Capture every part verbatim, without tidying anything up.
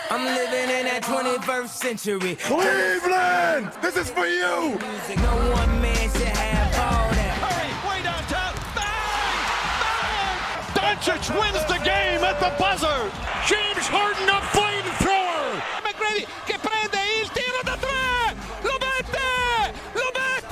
I'm living in that twenty-first century. Cleveland, this is for you. No one man should have all that. Hurry, way downtown. Bang! Bang! Doncic wins the game at the buzzer. James Harden, a flamethrower. McGrady che prende il tiro da tre. Lo mette! Lo mette!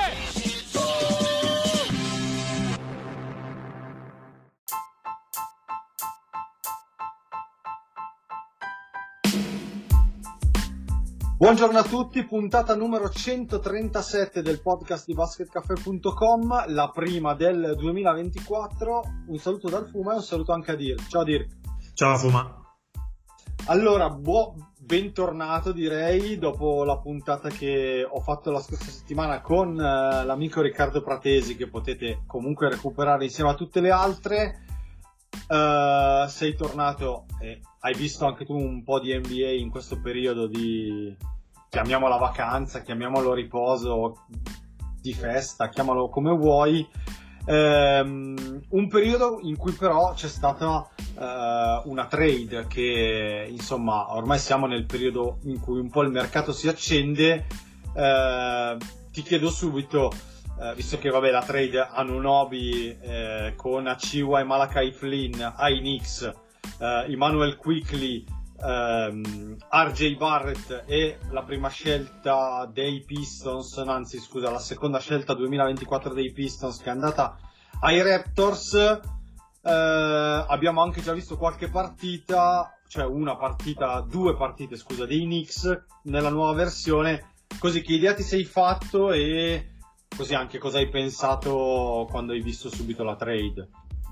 Buongiorno a tutti, puntata numero centotrentasette del podcast di basketcaffè punto com, la prima del duemilaventiquattro. Un saluto dal Fuma e un saluto anche a Dirk. Ciao Dirk. Ciao Fuma. Allora, buon bentornato direi dopo la puntata che ho fatto la scorsa settimana con uh, l'amico Riccardo Pratesi, che potete comunque recuperare insieme a tutte le altre. Uh, sei tornato e hai visto anche tu un po' di N B A in questo periodo di, chiamiamola vacanza, chiamiamolo riposo, di festa, chiamalo come vuoi, um, un periodo in cui però c'è stata uh, una trade che, insomma, ormai siamo nel periodo in cui un po' il mercato si accende. Uh, ti chiedo subito, Uh, visto che vabbè la trade Anunoby eh, con Achiuwa e Malachi Flynn ai Knicks, uh, Emmanuel Quickley, um, R J Barrett e la prima scelta dei Pistons, anzi scusa la seconda scelta duemilaventiquattro dei Pistons, che è andata ai Raptors. Uh, abbiamo anche già visto qualche partita, cioè una partita, due partite scusa dei Knicks nella nuova versione. Così, che idea ti sei fatto e così anche cosa hai pensato quando hai visto subito la trade?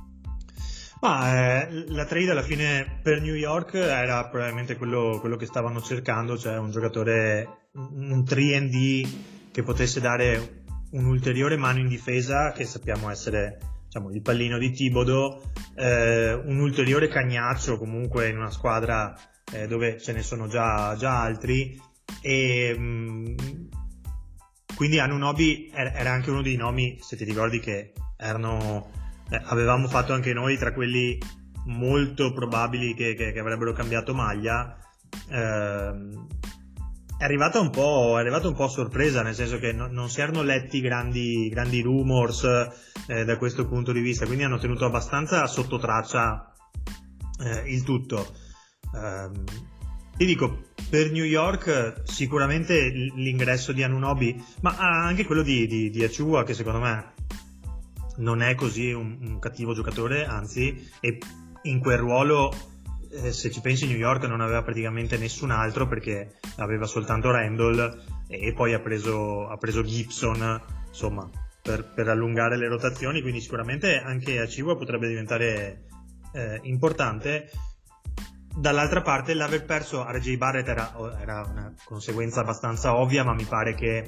Ma eh, la trade alla fine per New York era probabilmente quello, quello che stavano cercando, cioè un giocatore, un tre and D che potesse dare un'ulteriore mano in difesa, che sappiamo essere, diciamo, il pallino di Thibodeau, eh, un ulteriore cagnaccio comunque in una squadra eh, dove ce ne sono già, già altri, e mh, quindi Anunoby era anche uno dei nomi, se ti ricordi, che erano eh, avevamo fatto anche noi tra quelli molto probabili che, che, che avrebbero cambiato maglia. Eh, è arrivata un po', è arrivata un po' a sorpresa, nel senso che no, non si erano letti grandi, grandi rumors eh, da questo punto di vista, quindi hanno tenuto abbastanza sotto traccia eh, il tutto. Eh, Ti dico, per New York sicuramente l'ingresso di Anunoby, ma anche quello di, di, di Achiuwa, che secondo me non è così un, un cattivo giocatore, anzi, e in quel ruolo, eh, se ci pensi, New York non aveva praticamente nessun altro, perché aveva soltanto Randall e, e poi ha preso, ha preso Gibson, insomma, per, per allungare le rotazioni, quindi sicuramente anche Achiuwa potrebbe diventare eh, importante. Dall'altra parte l'aver perso R J Barrett era, era una conseguenza abbastanza ovvia, ma mi pare che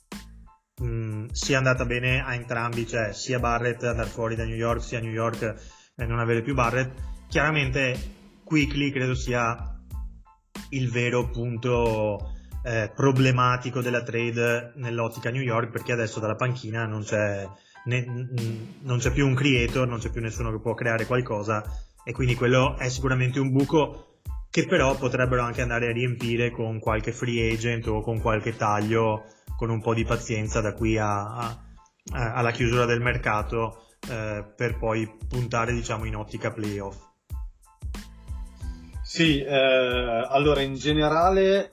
mh, sia andata bene a entrambi, cioè sia Barrett andare fuori da New York, sia New York eh, non avere più Barrett. Chiaramente Quickley credo sia il vero punto eh, problematico della trade nell'ottica New York, perché adesso dalla panchina non c'è, ne, n- non c'è più un creator, non c'è più nessuno che può creare qualcosa, e quindi quello è sicuramente un buco che però potrebbero anche andare a riempire con qualche free agent o con qualche taglio, con un po' di pazienza da qui a, a, a, alla chiusura del mercato, eh, per poi puntare, diciamo, in ottica playoff. Sì, eh, allora in generale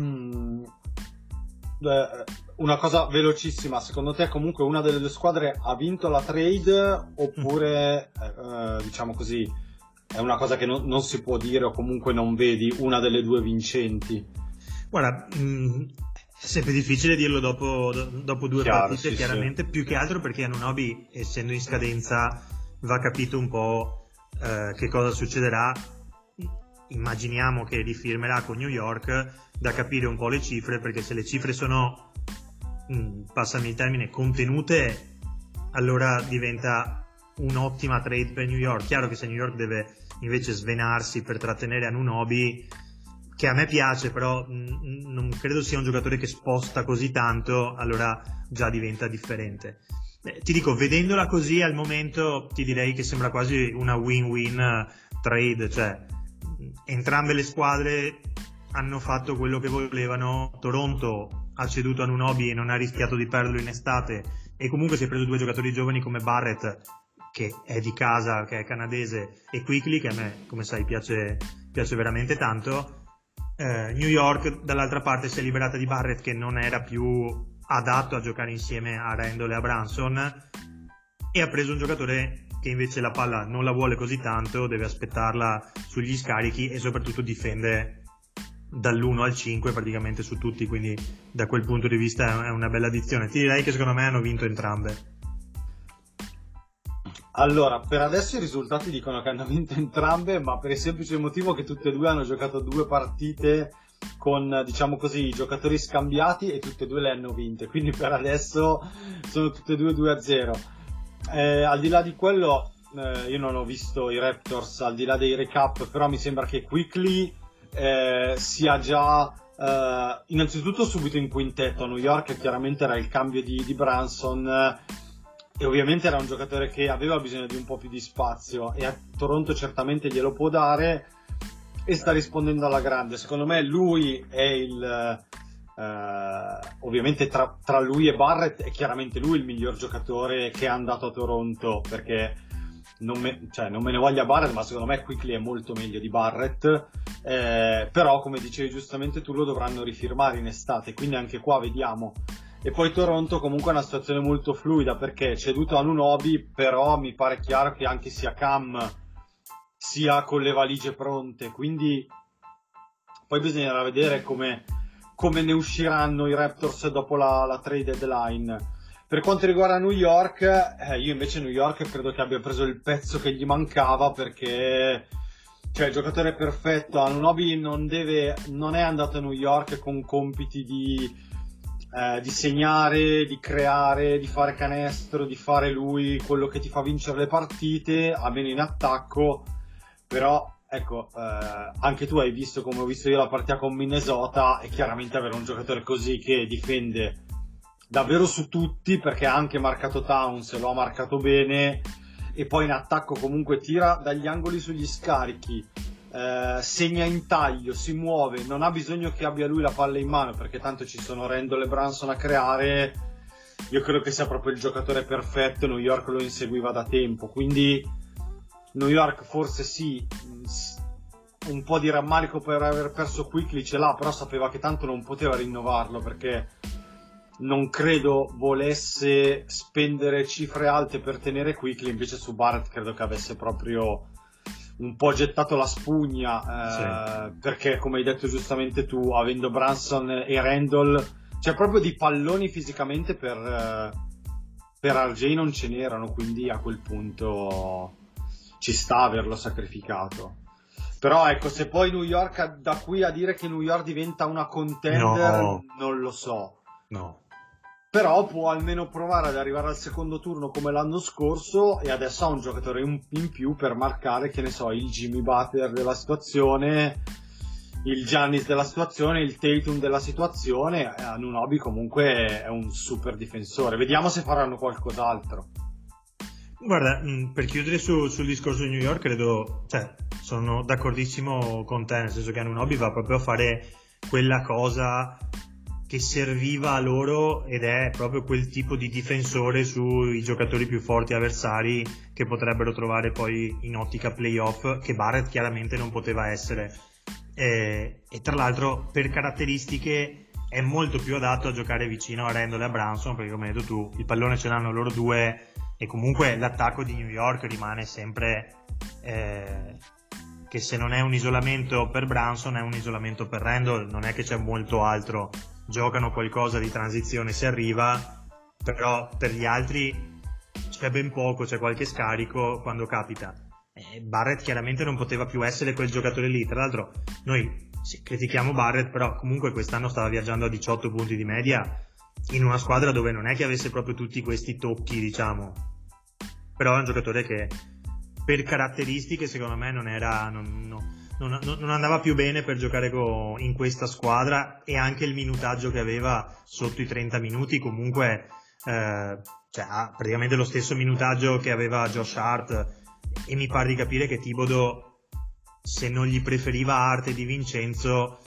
una cosa velocissima, secondo te comunque una delle due squadre ha vinto la trade oppure eh, diciamo così è una cosa che non, non si può dire, o comunque non vedi una delle due vincenti? Guarda, mh, è sempre difficile dirlo dopo, dopo due Chiaro, partite, sì, chiaramente, sì. Più che altro perché Anunoby, essendo in scadenza, va capito un po' eh, che cosa succederà. Immaginiamo che rifirmerà con New York, da capire un po' le cifre, perché se le cifre sono, mh, passami il termine, contenute, allora diventa un'ottima trade per New York. Chiaro che se New York deve invece svenarsi per trattenere Anunoby, che a me piace, però mh, non credo sia un giocatore che sposta così tanto, allora già diventa differente. Eh, ti dico, vedendola così al momento ti direi che sembra quasi una win-win trade, cioè entrambe le squadre hanno fatto quello che volevano. Toronto ha ceduto Anunoby e non ha rischiato di perderlo in estate, e comunque si è preso due giocatori giovani come Barrett, che è di casa, che è canadese, e Quickley, che a me, come sai, piace, piace veramente tanto. eh, New York dall'altra parte si è liberata di Barrett, che non era più adatto a giocare insieme a Randle e a Brunson, e ha preso un giocatore che invece la palla non la vuole così tanto, deve aspettarla sugli scarichi e soprattutto difende dall'uno al cinque praticamente su tutti, quindi da quel punto di vista è una bella addizione. Ti direi che secondo me hanno vinto entrambe. Allora, per adesso i risultati dicono che hanno vinto entrambe, ma per il semplice motivo che tutte e due hanno giocato due partite con, diciamo così, giocatori scambiati, e tutte e due le hanno vinte, quindi per adesso sono tutte e due due a zero. Eh, al di là di quello, eh, io non ho visto i Raptors al di là dei recap, però mi sembra che Quickley eh, sia già eh, innanzitutto subito in quintetto a New York. Chiaramente era il cambio di, di Brunson, eh, e ovviamente era un giocatore che aveva bisogno di un po' più di spazio, e a Toronto certamente glielo può dare, e sta rispondendo alla grande. Secondo me lui è il Uh, ovviamente tra, tra lui e Barrett è chiaramente lui il miglior giocatore che è andato a Toronto, perché non me, cioè, non me ne voglia Barrett, ma secondo me Quickley è molto meglio di Barrett, eh, però come dicevi giustamente tu lo dovranno rifirmare in estate, quindi anche qua vediamo. E poi Toronto comunque è una situazione molto fluida, perché è ceduto a Anunoby, però mi pare chiaro che anche sia Cam sia con le valigie pronte, quindi poi bisognerà vedere come come ne usciranno i Raptors dopo la, la trade deadline. Per quanto riguarda New York, eh, io invece New York credo che abbia preso il pezzo che gli mancava, perché cioè il giocatore perfetto. Anunoby non deve, non è andato a New York con compiti di, eh, di segnare, di creare, di fare canestro, di fare lui quello che ti fa vincere le partite, almeno in attacco. Però ecco, eh, anche tu hai visto, come ho visto io, la partita con Minnesota, e chiaramente avere un giocatore così che difende davvero su tutti, perché ha anche marcato Towns, lo ha marcato bene, e poi in attacco comunque tira dagli angoli sugli scarichi, eh, segna in taglio, si muove, non ha bisogno che abbia lui la palla in mano, perché tanto ci sono Randle e Brunson a creare. Io credo che sia proprio il giocatore perfetto. New York lo inseguiva da tempo, quindi New York forse sì, un po' di rammarico per aver perso Quickley ce l'ha, però sapeva che tanto non poteva rinnovarlo, perché non credo volesse spendere cifre alte per tenere Quickley. Invece su Barrett credo che avesse proprio un po' gettato la spugna, eh, sì. Perché come hai detto giustamente tu, avendo Brunson e Randle, cioè proprio di palloni fisicamente per, eh, per R J non ce n'erano, quindi a quel punto ci sta averlo sacrificato. Però ecco, se poi New York, da qui a dire che New York diventa una contender, no, non lo so. No. Però può almeno provare ad arrivare al secondo turno come l'anno scorso, e adesso ha un giocatore in più per marcare, che ne so, il Jimmy Butler della situazione, il Giannis della situazione, il Tatum della situazione. Anunoby comunque è un super difensore. Vediamo se faranno qualcos'altro. Guarda, per chiudere su, sul discorso di New York, credo, cioè, sono d'accordissimo con te, nel senso che Anunoby va proprio a fare quella cosa che serviva a loro, ed è proprio quel tipo di difensore sui giocatori più forti avversari che potrebbero trovare poi in ottica playoff, che Barrett chiaramente non poteva essere. E, e tra l'altro per caratteristiche è molto più adatto a giocare vicino a Randle e a Brunson, perché come hai detto tu, il pallone ce l'hanno loro due, e comunque l'attacco di New York rimane sempre eh, che se non è un isolamento per Brunson è un isolamento per Randle, non è che c'è molto altro. Giocano qualcosa di transizione se arriva, però per gli altri c'è ben poco, c'è qualche scarico quando capita. E Barrett chiaramente non poteva più essere quel giocatore lì. Tra l'altro noi sì, critichiamo Barrett, però comunque quest'anno stava viaggiando a diciotto punti di media in una squadra dove non è che avesse proprio tutti questi tocchi, diciamo. Però è un giocatore che per caratteristiche secondo me non era non, no, non, non andava più bene per giocare co, in questa squadra, e anche il minutaggio che aveva sotto i trenta minuti comunque eh, cioè, ha praticamente lo stesso minutaggio che aveva Josh Hart, e mi pare di capire che Thibodeau se non gli preferiva Arte di Vincenzo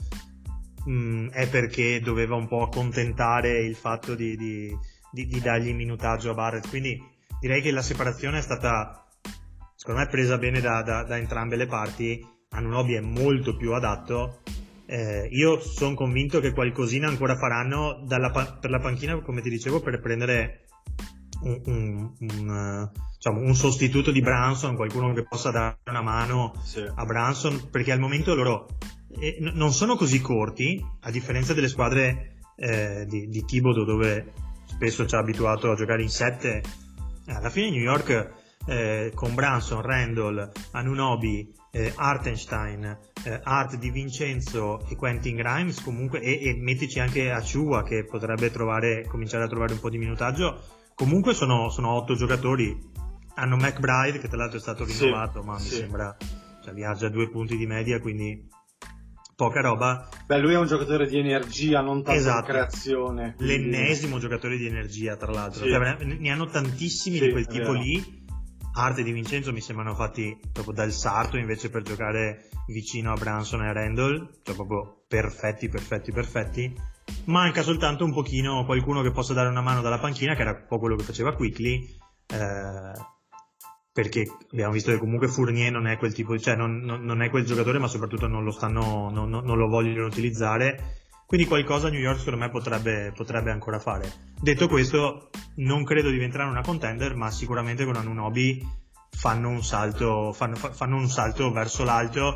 mh, è perché doveva un po' accontentare il fatto di, di, di, di dargli minutaggio a Barrett, quindi direi che la separazione è stata secondo me presa bene da, da, da entrambe le parti. Anunoby è molto più adatto, eh, io sono convinto che qualcosina ancora faranno dalla, per la panchina, come ti dicevo, per prendere un, un, un, diciamo, un sostituto di Brunson, qualcuno che possa dare una mano sì. a Brunson, perché al momento loro eh, n- non sono così corti, a differenza delle squadre eh, di, di Thibodeau, dove spesso ci ha abituato a giocare in sette. Alla fine New York eh, con Brunson, Randall, Anunoby, eh, Hartenstein, eh, Art di Vincenzo e Quentin Grimes comunque, e, e mettici anche Achiuwa che potrebbe trovare, cominciare a trovare un po' di minutaggio, comunque sono, sono otto giocatori. Hanno McBride che tra l'altro è stato rinnovato, sì, ma sì. mi sembra, cioè, viaggia a due punti di media, quindi poca roba. Beh, lui è un giocatore di energia, non tanto esatto. di creazione. Quindi... l'ennesimo giocatore di energia, tra l'altro. Sì. Cioè, ne hanno tantissimi sì, di quel tipo vero. lì. Arte e Di Vincenzo mi sembrano fatti proprio dal sarto invece per giocare vicino a Brunson e a Randall, cioè proprio perfetti, perfetti, perfetti. Manca soltanto un pochino qualcuno che possa dare una mano dalla panchina, che era un po' quello che faceva Quickley, eh, perché abbiamo visto che comunque Fournier non è quel tipo, cioè non, non, non è quel giocatore, ma soprattutto non lo stanno, non, non lo vogliono utilizzare. Quindi qualcosa New York secondo me potrebbe, potrebbe ancora fare. Detto questo, non credo diventeranno una contender, ma sicuramente con Anunoby fanno un salto, fanno, fanno un salto verso l'alto,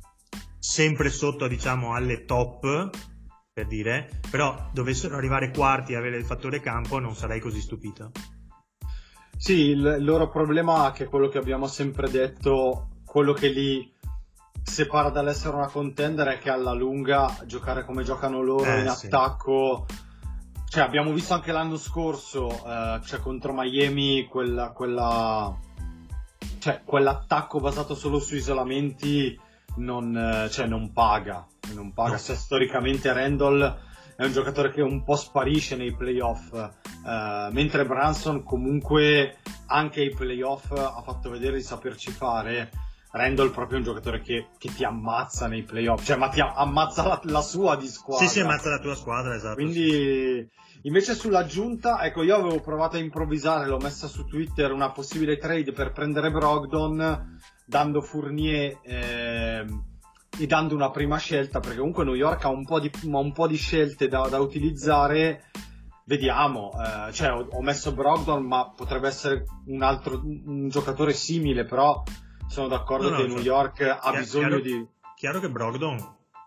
sempre sotto, diciamo, alle top, per dire, però dovessero arrivare quarti e avere il fattore campo non sarei così stupito. Sì, il loro problema, che è quello che abbiamo sempre detto, quello che li separa dall'essere una contender, è che alla lunga giocare come giocano loro eh, in sì. attacco, cioè abbiamo visto anche l'anno scorso, eh, cioè contro Miami, quella, quella cioè quell'attacco basato solo su isolamenti non, eh, cioè non paga, non paga. No. Cioè, storicamente Randall è un giocatore che un po' sparisce nei playoff, eh, mentre Brunson comunque anche ai playoff ha fatto vedere di saperci fare. Randall proprio è un giocatore che, che ti ammazza nei playoff, cioè ma ti ammazza la, la sua di squadra. Sì, sì, ammazza la tua squadra, esatto. Quindi invece sull'aggiunta, ecco, io avevo provato a improvvisare, l'ho messa su Twitter, una possibile trade per prendere Brogdon, dando Fournier eh, e dando una prima scelta, perché comunque New York ha un po' di, un po' di scelte da, da utilizzare. Vediamo, eh, cioè ho, ho messo Brogdon, ma potrebbe essere un altro un giocatore simile, però sono d'accordo no, no, che cioè, New York ha chiaro, bisogno di... Chiaro che Brogdon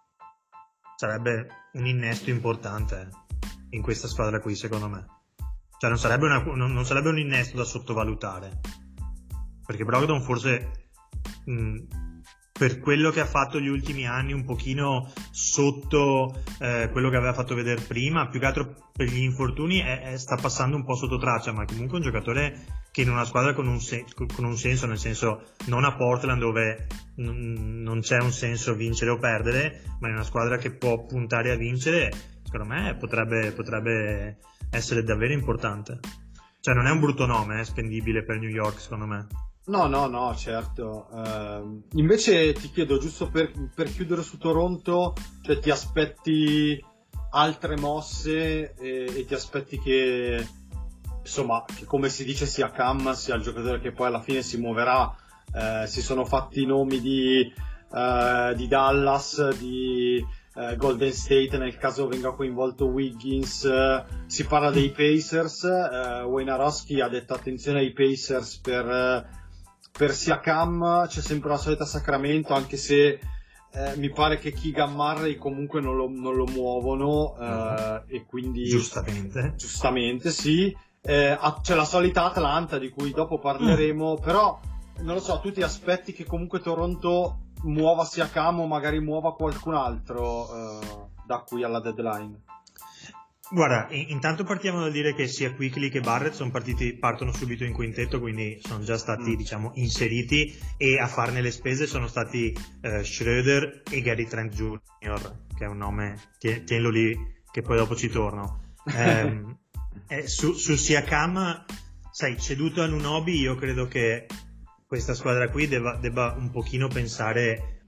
sarebbe un innesto importante in questa squadra qui, secondo me. Cioè non sarebbe, una, non, non sarebbe un innesto da sottovalutare, perché Brogdon forse mh, per quello che ha fatto gli ultimi anni, un pochino sotto eh, quello che aveva fatto vedere prima, più che altro per gli infortuni è, è, sta passando un po' sotto traccia, ma è comunque un giocatore che in una squadra con un, sen- con un senso, nel senso non a Portland dove n- non c'è un senso vincere o perdere, ma in una squadra che può puntare a vincere, secondo me potrebbe, potrebbe essere davvero importante. Cioè non è un brutto nome, è spendibile per New York, secondo me. No, no, no, certo. Uh, invece ti chiedo, giusto per, per chiudere su Toronto, cioè ti aspetti altre mosse e, e ti aspetti che, insomma, che come si dice sia Cam sia il giocatore che poi alla fine si muoverà. Uh, si sono fatti i nomi di, uh, di Dallas, di uh, Golden State nel caso venga coinvolto Wiggins, uh, si parla dei Pacers. uh, Wojnarowski ha detto attenzione ai Pacers per... Uh, per Siakam c'è sempre la solita Sacramento, anche se eh, mi pare che Keegan Murray comunque non lo, non lo muovono, eh, e quindi giustamente giustamente sì, eh, c'è la solita Atlanta di cui dopo parleremo, mm. però non lo so, tu ti aspetti che comunque Toronto muova Siakam o magari muova qualcun altro eh, da qui alla deadline? Guarda, intanto partiamo dal dire che sia Quickley che Barrett sono partiti, partono subito in quintetto, quindi sono già stati mm. diciamo inseriti, e a farne le spese sono stati eh, Schroeder e Gary Trent Junior, che è un nome, tienilo lì che poi dopo ci torno. eh, eh, su, su Siakam, sai, ceduto a Anunoby, io credo che questa squadra qui debba, debba un pochino pensare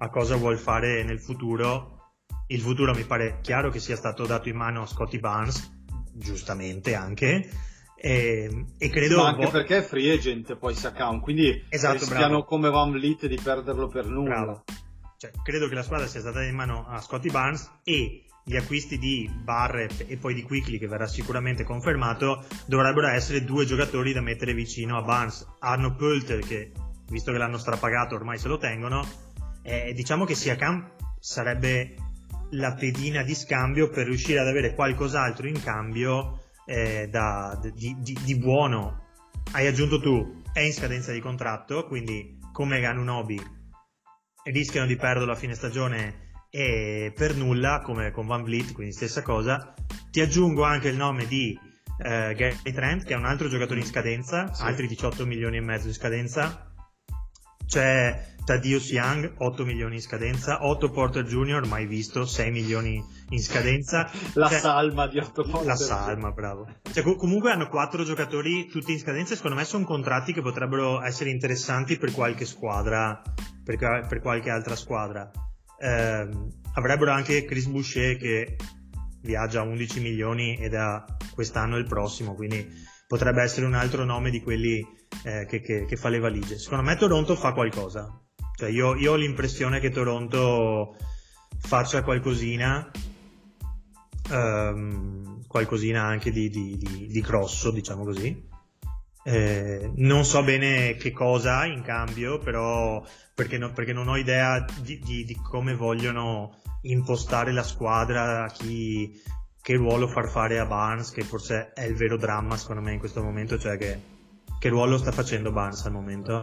a cosa vuol fare nel futuro. Il futuro mi pare chiaro che sia stato dato in mano a Scottie Barnes, giustamente anche, e, e credo... Ma anche vo- perché è free agent poi Siakam, quindi esatto, rischiano bravo. come Van Vliet di perderlo per nulla. Bravo. Cioè, credo che la squadra sia stata in mano a Scottie Barnes, e gli acquisti di Barrett e poi di Quickley, che verrà sicuramente confermato, dovrebbero essere due giocatori da mettere vicino a Barnes. Arno Pöltl, che visto che l'hanno strapagato ormai se lo tengono, eh, diciamo che Siakam sarebbe la pedina di scambio per riuscire ad avere qualcos'altro in cambio eh, da, di, di, di buono. Hai aggiunto tu, è in scadenza di contratto, quindi come Anunoby rischiano di perderlo a fine stagione e per nulla, come con Van Vliet, quindi stessa cosa. Ti aggiungo anche il nome di eh, Gary Trent, che è un altro giocatore in scadenza, sì. Altri diciotto milioni e mezzo in scadenza. C'è Thaddeus Young, otto milioni in scadenza. Otto Porter Junior, mai visto, sei milioni in scadenza. La cioè, salma di Otto Porter. La salma, bravo. Cioè, co- comunque hanno quattro giocatori tutti in scadenza, e secondo me sono contratti che potrebbero essere interessanti per qualche squadra, per, per qualche altra squadra. Eh, avrebbero anche Chris Boucher, che viaggia a undici milioni ed è quest'anno e il prossimo, quindi potrebbe essere un altro nome di quelli eh, che, che, che fa le valigie. Secondo me Toronto fa qualcosa, cioè io, io ho l'impressione che Toronto faccia qualcosina, ehm, qualcosina anche di, di, di, di grosso, diciamo così. Eh, non so bene che cosa in cambio, però perché, no, perché non ho idea di, di, di come vogliono impostare la squadra, chi, che ruolo far fare a Barnes, che forse è il vero dramma secondo me in questo momento, cioè che, che ruolo sta facendo Barnes al momento?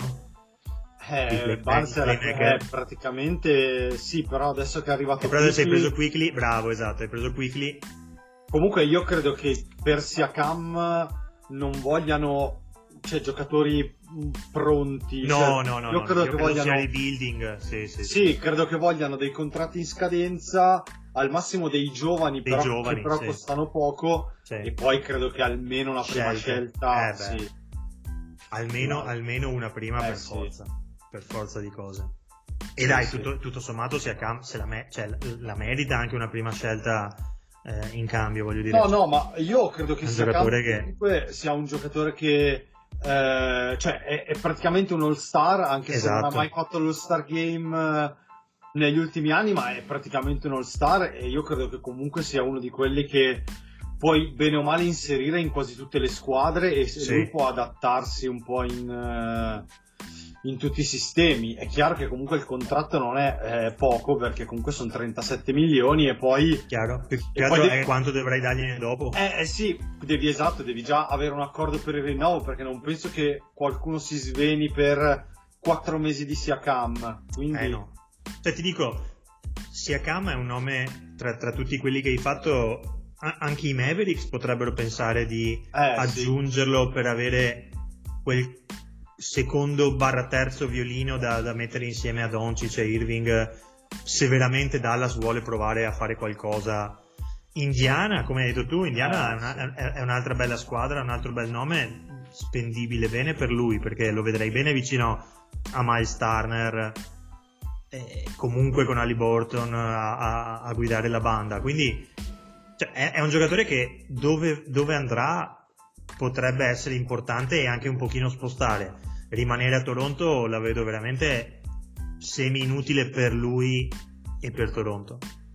Eh, Barnes era, è praticamente sì, però adesso che è arrivato però adesso hai preso Quickley, bravo, esatto, hai preso Quickley. Comunque io credo che per Siakam non vogliano, cioè, giocatori pronti. No, cioè, no, no. Io no, credo io che credo vogliano sia rebuilding. Sì, sì, sì. Sì, credo che vogliano dei contratti in scadenza, al massimo dei giovani, dei però, giovani, che però sì. costano poco, sì. E poi credo che almeno una prima Scelte. scelta, eh sì. almeno, no. almeno una prima eh, per sì. forza, per forza di cose. E sì, dai, sì. Tutto, tutto sommato Siakam se la, me- cioè, la merita anche una prima scelta eh, in cambio, voglio dire. No, no, ma io credo che un Siakam che... comunque sia un giocatore che Eh, cioè è, è praticamente un all-star, anche esatto. se non ha mai fatto l'all-star game eh, negli ultimi anni, ma è praticamente un all-star, e io credo che comunque sia uno di quelli che puoi bene o male inserire in quasi tutte le squadre, e se sì. lui può adattarsi un po' in, uh, in tutti i sistemi. È chiaro che comunque il contratto non è eh, poco, perché comunque sono trentasette milioni, e poi chiaro, più e altro poi è devi... quanto dovrai dargli dopo. Eh, eh sì, devi esatto, devi già avere un accordo per il rinnovo, perché non penso che qualcuno si sveni per quattro mesi di Siakam, quindi... Eh no, cioè ti dico, Siakam è un nome tra, tra tutti quelli che hai fatto, a- anche i Mavericks potrebbero pensare di eh, aggiungerlo sì. per avere quel secondo barra terzo violino da, da mettere insieme a Doncic e Irving, se veramente Dallas vuole provare a fare qualcosa. Indiana, come hai detto tu, Indiana eh, è, una, sì. è, è un'altra bella squadra, un altro bel nome, spendibile bene per lui, perché lo vedrei bene vicino a Miles Turner, eh, comunque con Haliburton a, a, a guidare la banda, quindi cioè, è, è un giocatore che dove, dove andrà potrebbe essere importante e anche un pochino spostare. Rimanere a Toronto la vedo veramente semi inutile per lui e per Toronto.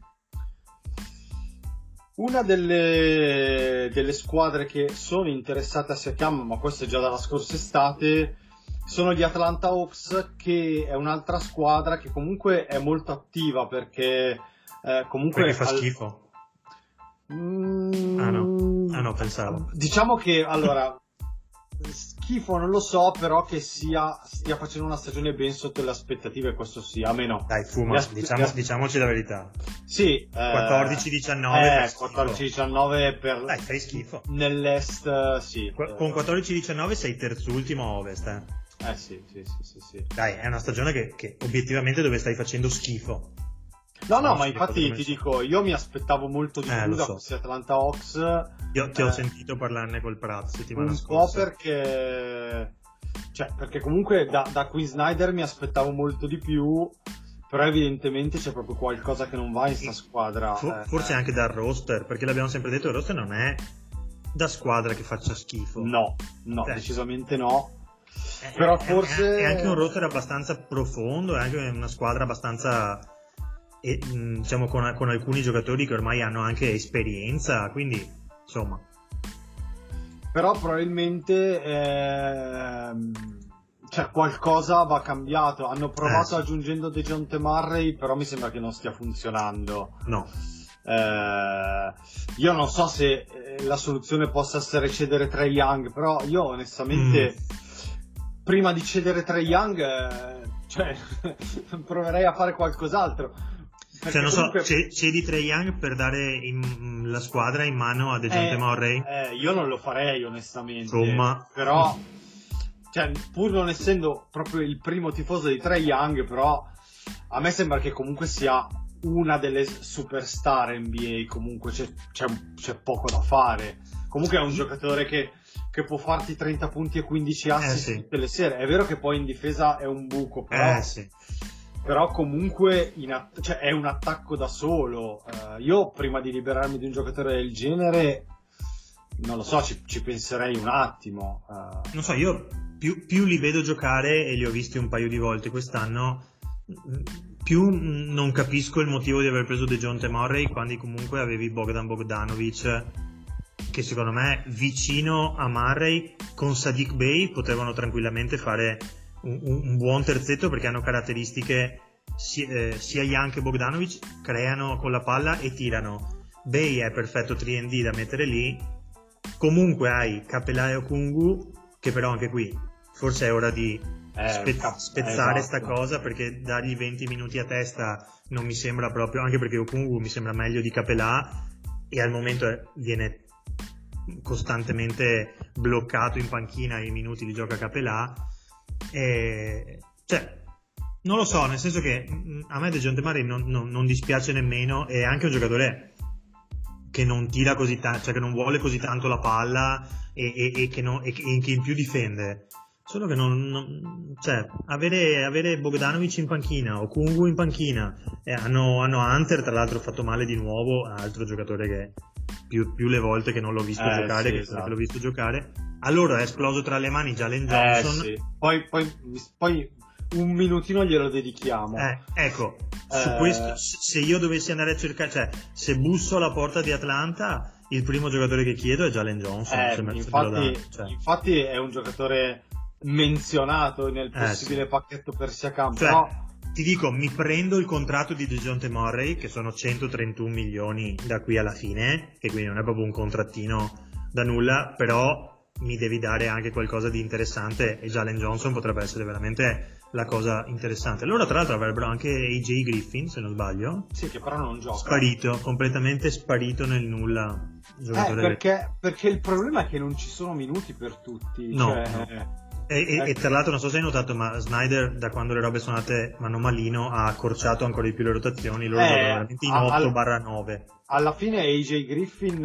Una delle, delle squadre che sono interessate a Siakam, ma questo è già dalla scorsa estate, sono gli Atlanta Hawks, che è un'altra squadra che comunque è molto attiva, perché eh, comunque perché fa al... schifo. Mm... Ah no, ah no, pensavo. Diciamo che allora schifo non lo so, però che sia stia facendo una stagione ben sotto le aspettative, questo sì, a me no. Dai, fuma, aspe- diciamo, aspe- diciamoci la verità. Sì, quattordici diciannove eh, quattordici diciannove per Dai, fai schifo. Nell'est, sì. Qu- con quattordici diciannove sei terzultimo a ovest, eh. Eh sì, sì, sì, sì, sì. Dai, è una stagione che, che obiettivamente dove stai facendo schifo. No, no, No, ma sì, infatti come ti so. dico, io mi aspettavo molto di Eh, più lo da so. questi Atlanta Hawks. Io ti ho eh, sentito parlarne col Pratt settimana un scorsa. po' perché cioè perché comunque da, da Quinn Snyder mi aspettavo molto di più, però evidentemente c'è proprio qualcosa che non va in sta squadra. For- eh, forse eh. anche dal roster, perché l'abbiamo sempre detto, il roster non è da squadra che faccia schifo. No, no, Eh. decisamente no. È- Però è- forse è, è anche un roster abbastanza profondo, è anche una squadra abbastanza e, mh, diciamo con, con alcuni giocatori che ormai hanno anche esperienza, quindi insomma. Però probabilmente ehm, cioè qualcosa va cambiato. Hanno provato Eh, sì. aggiungendo DeJounte Murray, però mi sembra che non stia funzionando. No. Eh, io non so se eh, la soluzione possa essere cedere Trae Young, però io onestamente Mm. prima di cedere Trae Young eh, cioè, proverei a fare qualcos'altro. Perché Cioè, non so, comunque- ce- cedi Trae Young per dare in- la squadra in mano a DeJounte Eh, Murray? eh, io non lo farei onestamente. Insomma. Però, cioè, pur non essendo proprio il primo tifoso di Trae Young, però a me sembra che comunque sia una delle superstar N B A. Comunque c'è, c'è, c'è poco da fare. Comunque è un giocatore che, che può farti trenta punti e quindici assist Eh, sì. tutte le sere. È vero che poi in difesa è un buco, però Eh sì. però comunque in att- cioè, è un attacco da solo. Eh, io prima di liberarmi di un giocatore del genere, non lo so, ci, ci penserei un attimo. Eh, Non so, io più, più li vedo giocare, e li ho visti un paio di volte quest'anno, mh, più mh, non capisco il motivo di aver preso DeJounte Murray quando comunque avevi Bogdan Bogdanovic, che secondo me vicino a Murray con Sadiq Bey potevano tranquillamente fare un, un buon terzetto, perché hanno caratteristiche sia, eh, sia Young che Bogdanovic, creano con la palla e tirano. Bey è perfetto tre and D da mettere lì. Comunque hai Capela e Okungu, che però anche qui forse è ora di Eh, spe- cap- spezzare esatto. sta cosa, perché dargli venti minuti a testa non mi sembra proprio, anche perché Okungu mi sembra meglio di Capela e al momento è- viene costantemente bloccato in panchina i minuti li gioca Capela. E, cioè, non lo so, nel senso che mh, a me DeJounte Murray non, non, non dispiace nemmeno, è anche un giocatore che non tira così tanto, cioè che non vuole così tanto la palla e, e, e, che, non, e, che, e che in più difende. Solo che non, non cioè avere, avere Bogdanovic in panchina o Kungu in panchina, e hanno, hanno Hunter tra l'altro fatto male di nuovo, altro giocatore che più, più le volte che non l'ho visto Eh, giocare sì, che, esatto. che l'ho visto giocare, allora è esploso tra le mani Jalen eh, Johnson. sì. poi, poi, poi un minutino glielo dedichiamo. Eh, ecco, su Eh. questo, se io dovessi andare a cercare, cioè se busso alla porta di Atlanta, il primo giocatore che chiedo è Jalen Johnson. Eh, se me- se me lo infatti, dà, cioè. infatti è un giocatore menzionato nel Eh, possibile sì. pacchetto per Siakam, Cioè, però ti dico, mi prendo il contratto di DeJounte Murray, che sono centotrentuno milioni da qui alla fine, che quindi non è proprio un contrattino da nulla, però mi devi dare anche qualcosa di interessante, e Jalen Johnson potrebbe essere veramente la cosa interessante. Loro tra l'altro avrebbero anche A J Griffin, se non sbaglio, sì, che però non gioca. sparito, completamente sparito nel nulla. Eh, Giocatore perché, perché il problema è che non ci sono minuti per tutti. No, cioè, no. E, e, Eh. e tra l'altro non so se hai notato, ma Snyder, da quando le robe sono andate mano malino, ha accorciato ancora di più le rotazioni. Loro Eh, giocano veramente in al- otto barra nove. alla fine A J Griffin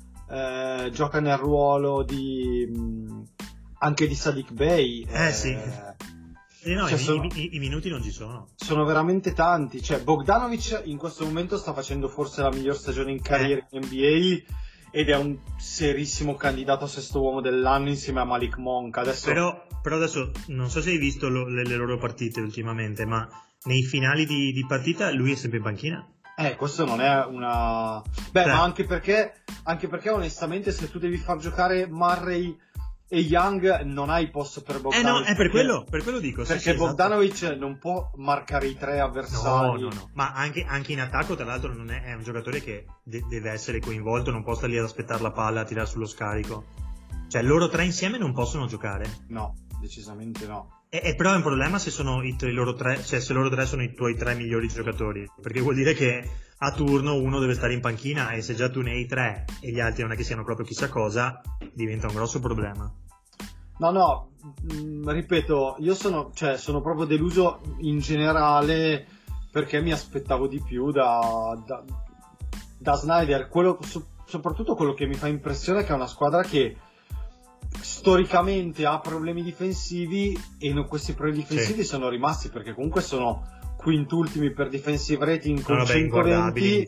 eh, gioca nel ruolo di mh, anche di Sadiq Bey. Eh, sì. Eh, no, cioè, i, sono- i- i minuti non ci sono. sono veramente tanti. Cioè, Bogdanovic in questo momento sta facendo forse la miglior stagione in carriera in N B A ed è un serissimo candidato a sesto uomo dell'anno insieme a Malik Monk. Adesso Però, però adesso non so se hai visto lo- le, le loro partite ultimamente, ma nei finali di, di partita lui è sempre in panchina. Eh, questo non è una... Beh, Cioè. ma anche perché, anche perché onestamente se tu devi far giocare Murray e Young non hai posto per Eh Bogdanovic. no, è per quello, per quello dico. sì, Perché sì, esatto. Bogdanovic non può marcare i tre No, avversari. no, no, ma anche, anche in attacco, tra l'altro, non è, è un giocatore che de- deve essere coinvolto, non può stare lì ad aspettare la palla, a tirare sullo scarico. Cioè, loro tre insieme non possono giocare. No, decisamente no. E, e però è un problema se sono i, tre- i loro tre, cioè se loro tre sono i tuoi tre migliori giocatori, perché vuol dire che a turno uno deve stare in panchina, e se già tu ne hai tre e gli altri non è che siano proprio chissà cosa, diventa un grosso problema. No, no, mh, ripeto, io sono, cioè, sono proprio deluso in generale perché mi aspettavo di più da, da, da Snyder. Quello, so- soprattutto quello che mi fa impressione è che è una squadra che storicamente ha problemi difensivi, e no- questi problemi difensivi Sì. sono rimasti perché comunque sono quintultimi per defensive rating con no, cinque venti,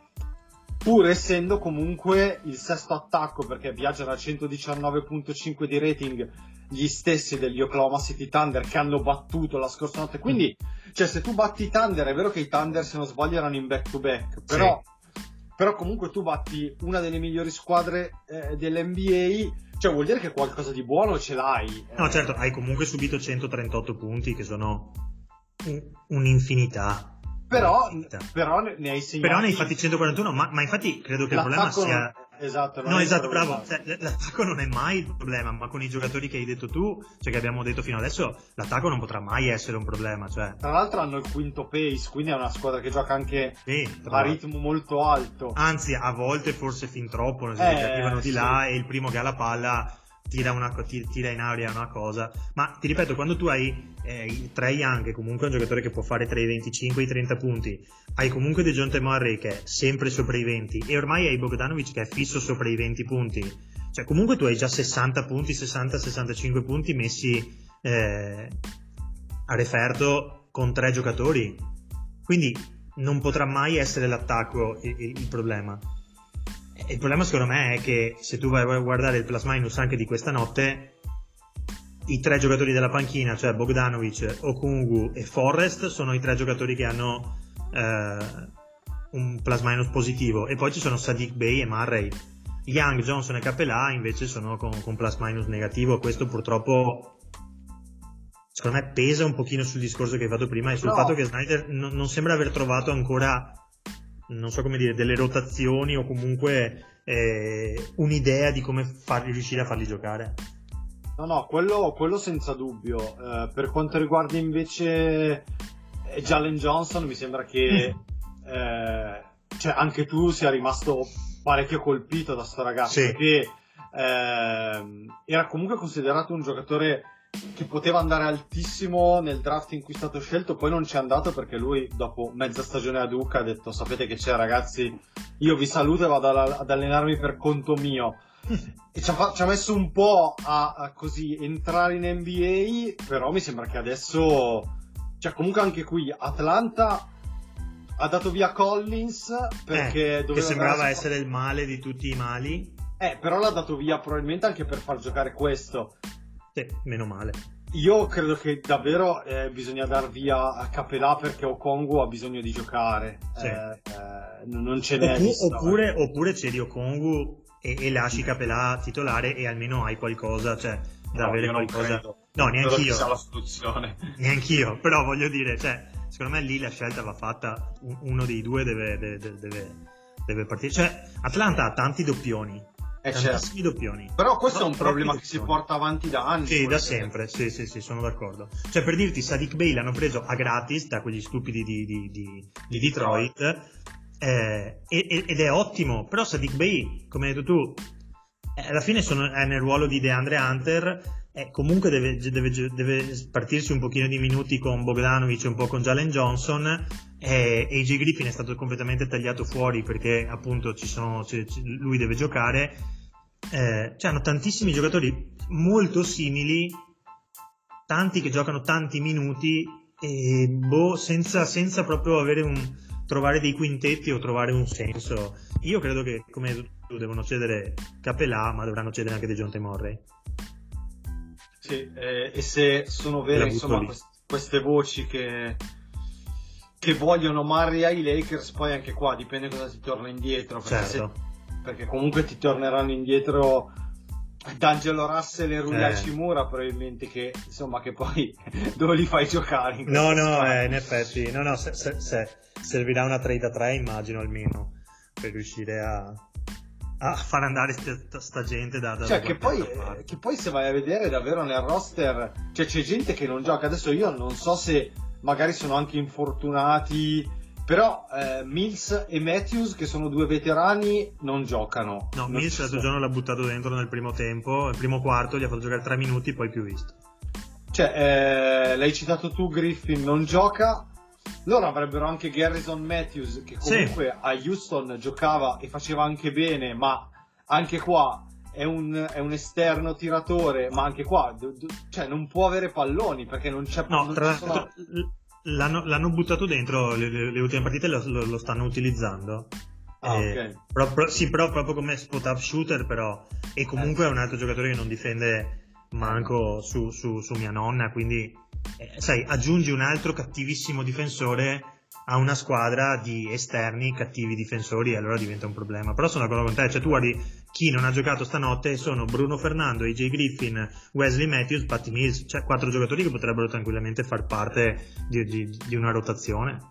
pur essendo comunque il sesto attacco, perché viaggiano a centodiciannove virgola cinque di rating gli stessi degli Oklahoma City Thunder, che hanno battuto la scorsa notte. Quindi, cioè, se tu batti i Thunder, è vero che i Thunder, se non sbaglio, erano in back to back, però, sì. però comunque tu batti una delle migliori squadre eh, dell'N B A, cioè vuol dire che qualcosa di buono ce l'hai. No, certo, hai comunque subito centotrentotto punti, che sono un'infinità. Però, però ne hai segnati. Però ne hai fatti centoquarantuno, ma, ma infatti credo che il problema sia. Non... Esatto, non no, esatto, bravo. Cioè, l'attacco non è mai il problema, ma con i giocatori che hai detto tu, cioè che abbiamo detto fino adesso, l'attacco non potrà mai essere un problema. Cioè. Tra l'altro hanno il quinto pace, quindi è una squadra che gioca anche sì, a ritmo molto alto. Anzi, a volte forse fin troppo, nel senso eh, che arrivano di sì. là e il primo che ha la palla tira, una, tira in aria una cosa. Ma ti ripeto, quando tu hai eh, Trae Young, che comunque è un giocatore che può fare tra i venticinque e i trenta punti, hai comunque DeJounte Murray che è sempre sopra i venti, e ormai hai Bogdanovic che è fisso sopra i venti punti, cioè comunque tu hai già sessanta punti, sessanta sessantacinque punti messi eh, a referto con tre giocatori, quindi non potrà mai essere l'attacco il, il problema. Il problema secondo me è che se tu vai a guardare il plus minus anche di questa notte, i tre giocatori della panchina, cioè Bogdanovic, Okongwu e Forrest, sono i tre giocatori che hanno eh, un plus minus positivo, e poi ci sono Saddiq Bey e Murray. Young, Johnson e Capela invece sono con, con plus minus negativo. Questo purtroppo secondo me pesa un pochino sul discorso che hai fatto prima e sul no. fatto che Snyder non, non sembra aver trovato ancora, non so come dire, delle rotazioni o comunque eh, un'idea di come farli, riuscire a farli giocare. No, no, quello, quello senza dubbio. Eh, per quanto riguarda invece eh, Jalen Johnson, mi sembra che mm. eh, cioè anche tu sia rimasto parecchio colpito da sto ragazzo, sì. perché eh, era comunque considerato un giocatore che poteva andare altissimo nel draft in cui è stato scelto. Poi non ci è andato perché lui dopo mezza stagione a Duca ha detto: sapete che c'è ragazzi, io vi saluto e vado ad allenarmi per conto mio. E ci ha, ci ha messo un po' a, a così entrare in N B A, però mi sembra che adesso, cioè comunque anche qui Atlanta ha dato via Collins perché eh, doveva che sembrava andare... essere il male di tutti i mali, eh però l'ha dato via probabilmente anche per far giocare questo. Sì, meno male. Io credo che davvero eh, bisogna dar via a Capela perché Okongwu ha bisogno di giocare, sì. eh, eh, non ce n'è. Oppure, oppure, oppure cedi Okongwu e, e lasci Capela titolare e almeno hai qualcosa, cioè da no, avere qualcosa. No, neanch'io. Sia la soluzione. Neanch'io, però voglio dire, cioè, secondo me lì la scelta va fatta, uno dei due deve, deve, deve, deve partire. Cioè, Atlanta ha tanti doppioni. Eh tantissimi certo. doppioni. Però questo no, è un problema che si porta avanti da anni. Sì, da sempre, sì, sì, sì, sono d'accordo. Cioè, per dirti, Saddiq Bey l'hanno preso a gratis da quegli stupidi di, di, di, di Detroit, eh, ed è ottimo. Però Saddiq Bey, come hai detto tu, eh, alla fine sono, è nel ruolo di DeAndre Hunter, eh, comunque deve, deve, deve spartirsi un pochino di minuti con Bogdanovic e un po' con Jalen Johnson. E A J Griffin è stato completamente tagliato fuori perché appunto ci sono, c- c- lui deve giocare. Eh, cioè hanno tantissimi giocatori molto simili, tanti che giocano tanti minuti e boh, senza, senza proprio avere un, trovare dei quintetti o trovare un senso. Io credo che, come hai detto tu, devono cedere Capela, ma dovranno cedere anche DeJounte Murray. Sì, eh, e se sono vere insomma quest- queste voci che che vogliono Murray ai Lakers, poi anche qua dipende cosa ti torna indietro, perché, certo. se, perché comunque ti torneranno indietro D'Angelo Russell e Rui Hachimura, eh. probabilmente, che insomma che poi dove li fai giocare in no no eh, in effetti no no se, se, se servirà una trade a tre, immagino, almeno per riuscire a a far andare sta, sta gente da, da cioè che poi, eh, che poi se vai a vedere davvero nel roster, cioè c'è gente che non gioca. Adesso io non so se magari sono anche infortunati, però eh, Mills e Matthews, che sono due veterani, non giocano. No, non Mills l'altro giorno l'ha buttato dentro nel primo tempo, il primo quarto gli ha fatto giocare tre minuti, poi più visto. Cioè, eh, l'hai citato tu, Griffin non gioca. Loro avrebbero anche Garrison Matthews, che comunque sì. a Houston giocava e faceva anche bene, ma anche qua è un, è un esterno tiratore, ma anche qua d- d- cioè non può avere palloni perché non c'è no, non tra ci sono... l'hanno, l'hanno buttato dentro, le, le, le ultime partite lo, lo, lo stanno utilizzando. Ah, eh, ok. però, però, sì, però proprio come spot up shooter, però. E comunque eh. è un altro giocatore che non difende manco su, su, su mia nonna, quindi eh, sai, aggiungi un altro cattivissimo difensore a una squadra di esterni cattivi difensori e allora diventa un problema. Però sono d'accordo con te, cioè tu guardi chi non ha giocato stanotte, sono Bruno Fernando, A J Griffin, Wesley Matthews, Patty Mills, cioè quattro giocatori che potrebbero tranquillamente far parte di, di, di una rotazione.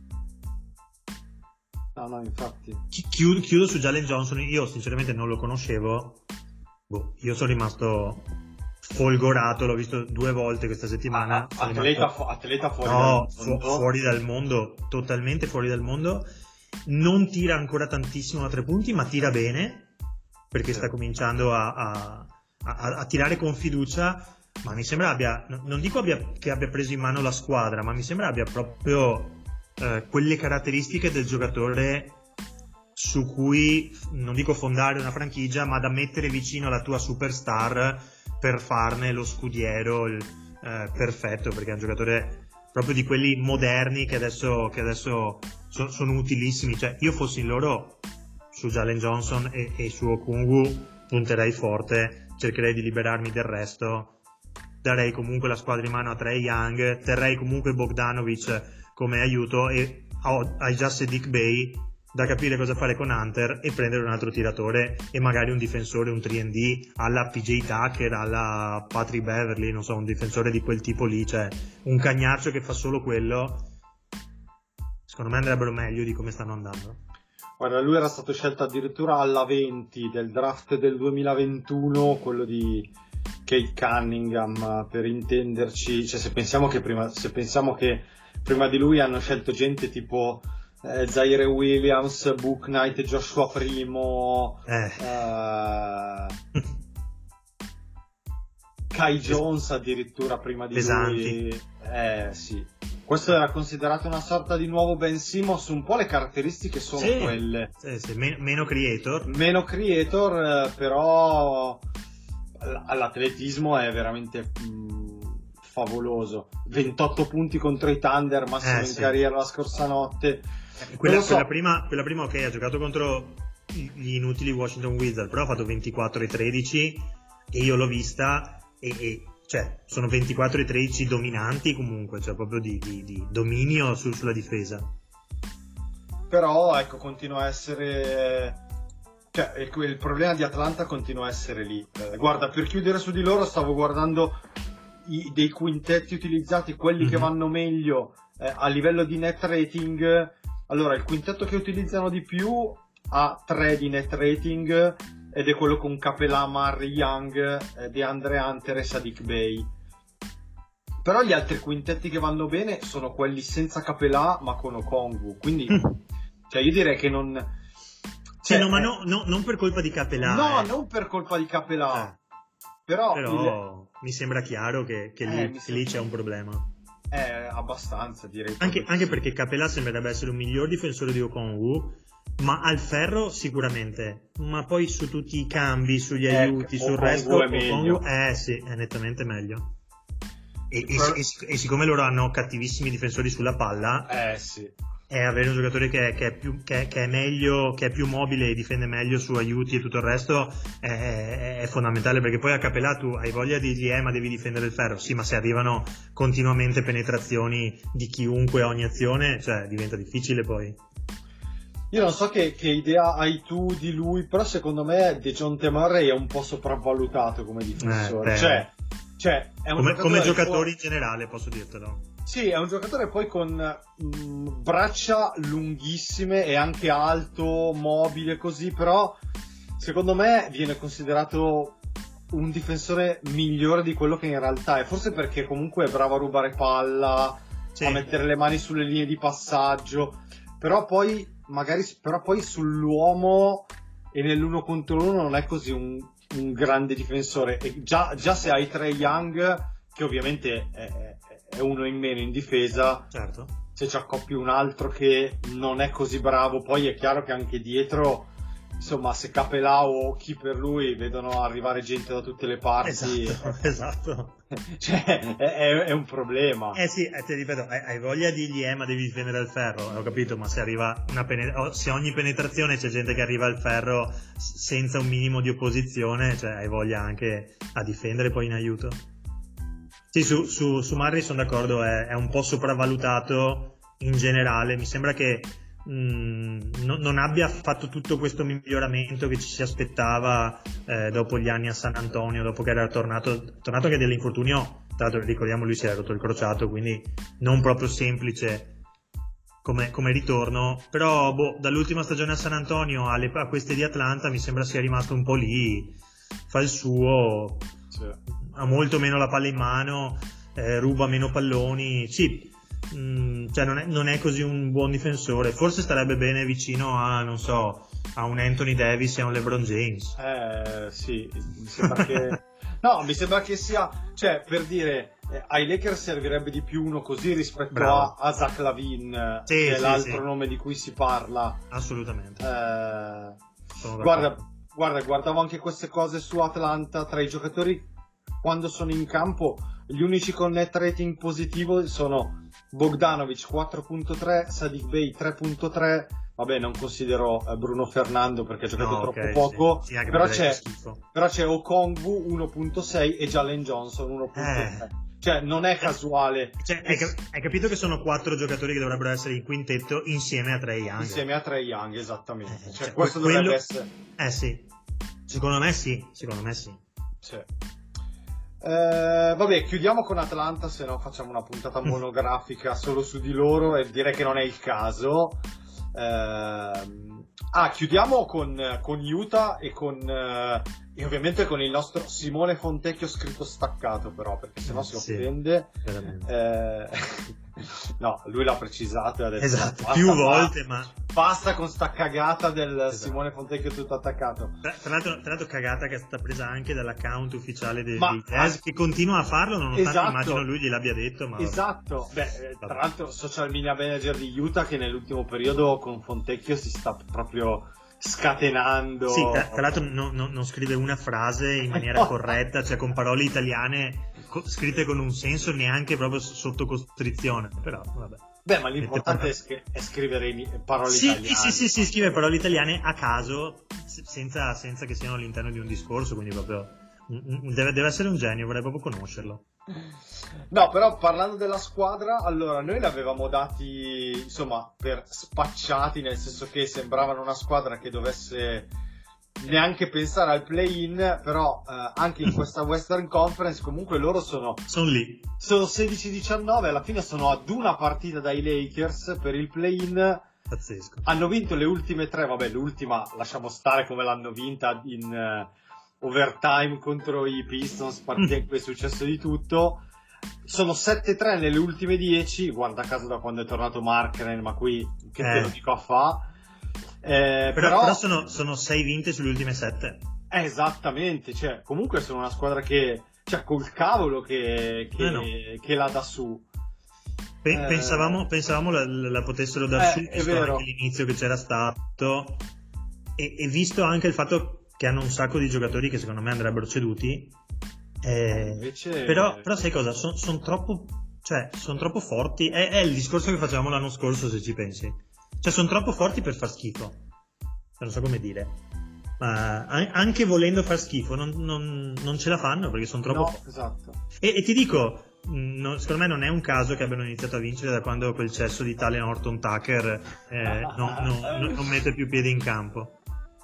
No, no, infatti. Chiudo, chiudo su Jalen Johnson, io sinceramente non lo conoscevo, boh, io sono rimasto folgorato, l'ho visto due volte questa settimana. Ah, atleta, fu- atleta fuori no, dal fu- mondo. fuori dal mondo, totalmente fuori dal mondo. Non tira ancora tantissimo a tre punti, ma tira bene, perché sì. sta cominciando a, a, a, a tirare con fiducia, ma mi sembra abbia, non dico abbia, che abbia preso in mano la squadra, ma mi sembra abbia proprio eh, quelle caratteristiche del giocatore su cui, non dico fondare una franchigia, ma da mettere vicino alla tua superstar per farne lo scudiero il, eh, perfetto, perché è un giocatore proprio di quelli moderni che adesso, che adesso so, sono utilissimi. Cioè, io fossi in loro, su Jalen Johnson e, e su Okongwu punterei forte, cercherei di liberarmi del resto, darei comunque la squadra in mano a Trae Young, terrei comunque Bogdanovic come aiuto e hai già Sadiq Bey da capire cosa fare con Hunter e prendere un altro tiratore e magari un difensore, un tre and D alla P J Tucker, alla Patrick Beverly, non so, un difensore di quel tipo lì, cioè un cagnaccio che fa solo quello. Secondo me andrebbero meglio di come stanno andando. Guarda, lui era stato scelto addirittura alla venti del draft del duemilaventuno, quello di Kate Cunningham, per intenderci, cioè se pensiamo che prima, se pensiamo che prima di lui hanno scelto gente tipo Eh, Zaire Williams, Book Knight, Joshua Primo, eh. eh, Kai Jones addirittura prima di Pesanti. lui. Eh sì. Questo era considerato una sorta di nuovo Ben Simmons, un po' le caratteristiche sono sì. quelle. Sì, sì. Men- meno creator. Meno creator, eh, però l'atletismo è veramente mh, favoloso. ventotto punti contro i Thunder, massimo eh, in sì. carriera la scorsa notte. Quella, so. quella, prima, quella prima ok, ha giocato contro gli inutili Washington Wizards, però ha fatto ventiquattro e tredici e io l'ho vista e, e cioè sono ventiquattro e tredici dominanti comunque, cioè proprio di, di, di dominio su, sulla difesa. Però ecco, continua a essere, cioè il, il problema di Atlanta continua a essere lì. Eh, guarda, per chiudere su di loro stavo guardando i, dei quintetti utilizzati, quelli mm-hmm. che vanno meglio eh, a livello di net rating. Allora, il quintetto che utilizzano di più ha tre di net rating ed è quello con Capela, Murray, Young, eh, DeAndre Hunter e Sadiq Bey. Però gli altri quintetti che vanno bene sono quelli senza Capela ma con Okongwu. Quindi, mm. cioè io direi che non... Cioè, no, ma no, no, non per colpa di Capela. No, eh. non per colpa di Capela. Eh. Però, Però il... mi sembra chiaro che, che, eh, lì, che sembra... lì c'è un problema. Eh, abbastanza, direi. Anche, anche perché Capela sembrerebbe essere un miglior difensore di Okongwu, ma al ferro sicuramente, ma poi su tutti i cambi, sugli eh, aiuti, sul Okongwu resto è meglio. Okongwu, eh sì, è nettamente meglio. E, e, e, e siccome loro hanno cattivissimi difensori sulla palla, eh sì, è avere un giocatore che, che, è più, che, che è meglio, che è più mobile e difende meglio su aiuti e tutto il resto è, è, è fondamentale, perché poi a Capela tu hai voglia di dirgli eh ma devi difendere il ferro, sì, ma se arrivano continuamente penetrazioni di chiunque a ogni azione, cioè diventa difficile poi. Io non so che, che idea hai tu di lui, però secondo me DeJounte Murray è un po' sopravvalutato come difensore, eh, cioè, cioè è un come, giocatore come giocatori fuori... in generale, posso dirtelo. Sì, è un giocatore poi con mh, braccia lunghissime e anche alto, mobile così, però secondo me viene considerato un difensore migliore di quello che in realtà è, forse perché comunque è bravo a rubare palla, sì, a mettere le mani sulle linee di passaggio, però poi magari però poi sull'uomo e nell'uno contro uno non è così un, un grande difensore, e già, già se hai Trae Young, che ovviamente è, è uno in meno in difesa, certo, se ci accoppi un altro che non è così bravo, poi è chiaro che anche dietro insomma, se Capelao o chi per lui vedono arrivare gente da tutte le parti, esatto, esatto. Cioè, è, è un problema. Eh sì, eh, ti ripeto, hai, hai voglia di dirgli eh, ma devi difendere il ferro, ho capito, ma se arriva una penetra- se ogni penetrazione c'è gente che arriva al ferro senza un minimo di opposizione, cioè hai voglia anche a difendere poi in aiuto. Sì, su, su, su Murray sono d'accordo, è, è un po' sopravvalutato in generale, mi sembra che mh, non, non abbia fatto tutto questo miglioramento che ci si aspettava eh, dopo gli anni a San Antonio, dopo che era tornato, tornato che dell'infortunio, tra l'altro ricordiamo lui si era rotto il crociato, quindi non proprio semplice come, come ritorno, però boh, dall'ultima stagione a San Antonio alle, a queste di Atlanta mi sembra sia rimasto un po' lì, fa il suo, sì. Ha molto meno la palla in mano, eh, ruba meno palloni, sì, mh, cioè non è, non è così un buon difensore, forse starebbe bene vicino a, non so, a un Anthony Davis e a un LeBron James. Eh sì, mi sembra che no, mi sembra che sia, cioè per dire, eh, ai Lakers servirebbe di più uno così rispetto a, a Zach LaVine, sì, che è sì, l'altro sì. nome di cui si parla. Assolutamente. Eh, guarda, guarda, guardavo anche queste cose su Atlanta, tra i giocatori quando sono in campo gli unici con net rating positivo sono Bogdanovic quattro virgola tre, Saddiq Bey tre virgola tre, vabbè non considero Bruno Fernando perché ha giocato no, troppo okay, poco, sì. Sì, però, c'è, però c'è Okongwu uno virgola sei e Jalen Johnson uno virgola tre, eh. Cioè non è casuale, cioè, hai, hai capito che sono quattro giocatori che dovrebbero essere in quintetto insieme a Trae Young, insieme a Trae Young, esattamente, eh, cioè, cioè, questo quello... dovrebbe essere, eh sì, secondo me sì, secondo me sì, sì. Eh, vabbè, chiudiamo con Atlanta, se no facciamo una puntata monografica solo su di loro e direi che non è il caso. Eh, ah, chiudiamo con, con Utah e con eh, e ovviamente con il nostro Simone Fontecchio scritto staccato, però perché sennò si sì, offende. Eh, no, lui l'ha precisato e ha detto esatto, basta, più basta, volte, ma basta con sta cagata del esatto. Simone Fontecchio tutto attaccato. Tra, tra, l'altro, tra l'altro cagata che è stata presa anche dall'account ufficiale dei, ma, dei Jazz, che continua a farlo nonostante esatto, immagino lui gliel'abbia detto, ma esatto, beh, tra l'altro social media manager di Utah che nell'ultimo periodo con Fontecchio si sta proprio scatenando. Sì, tra, tra l'altro no, no, non scrive una frase in maniera corretta, cioè con parole italiane co- scritte con un senso neanche proprio sotto costrizione, però vabbè. Beh, ma l'importante è, scri- è scrivere in parole sì, italiane. Sì, sì, sì, scrive parole italiane a caso, senza, senza che siano all'interno di un discorso, quindi proprio deve, deve essere un genio, vorrei proprio conoscerlo. No, però parlando della squadra, allora noi l'avevamo dati, insomma, per spacciati, nel senso che sembravano una squadra che dovesse neanche pensare al play-in, però eh, anche in questa Western Conference comunque loro sono sono lì, sono sedici diciannove, alla fine sono ad una partita dai Lakers per il play-in. Pazzesco. Hanno vinto le ultime tre, vabbè l'ultima lasciamo stare come l'hanno vinta in uh, overtime contro i Pistons, partita in cui è successo di tutto. Sono sette tre nelle ultime dieci, guarda caso da quando è tornato Markkanen, ma qui che eh. te lo dico a fa. Eh, però, però, però sono, sono sei vinte sulle ultime sette. Eh, esattamente, cioè comunque sono una squadra che, cioè col cavolo che, che, eh no. che la dà su. Pe- eh, pensavamo, pensavamo la, la potessero dar eh, su, visto anche l'inizio che c'era stato e, e visto anche il fatto che hanno un sacco di giocatori che secondo me andrebbero ceduti. Eh, invece... però, però sai cosa? Sono son troppo, cioè, sono troppo forti. È, è il discorso che facevamo l'anno scorso, se ci pensi. Cioè, sono troppo forti per far schifo. Non so come dire. Ma anche volendo far schifo, non, non, non ce la fanno perché sono troppo no, forti. Esatto. E, e ti dico, no, secondo me non è un caso che abbiano iniziato a vincere da quando quel cesso di tale Horton Tucker eh, non, non, non mette più piedi in campo.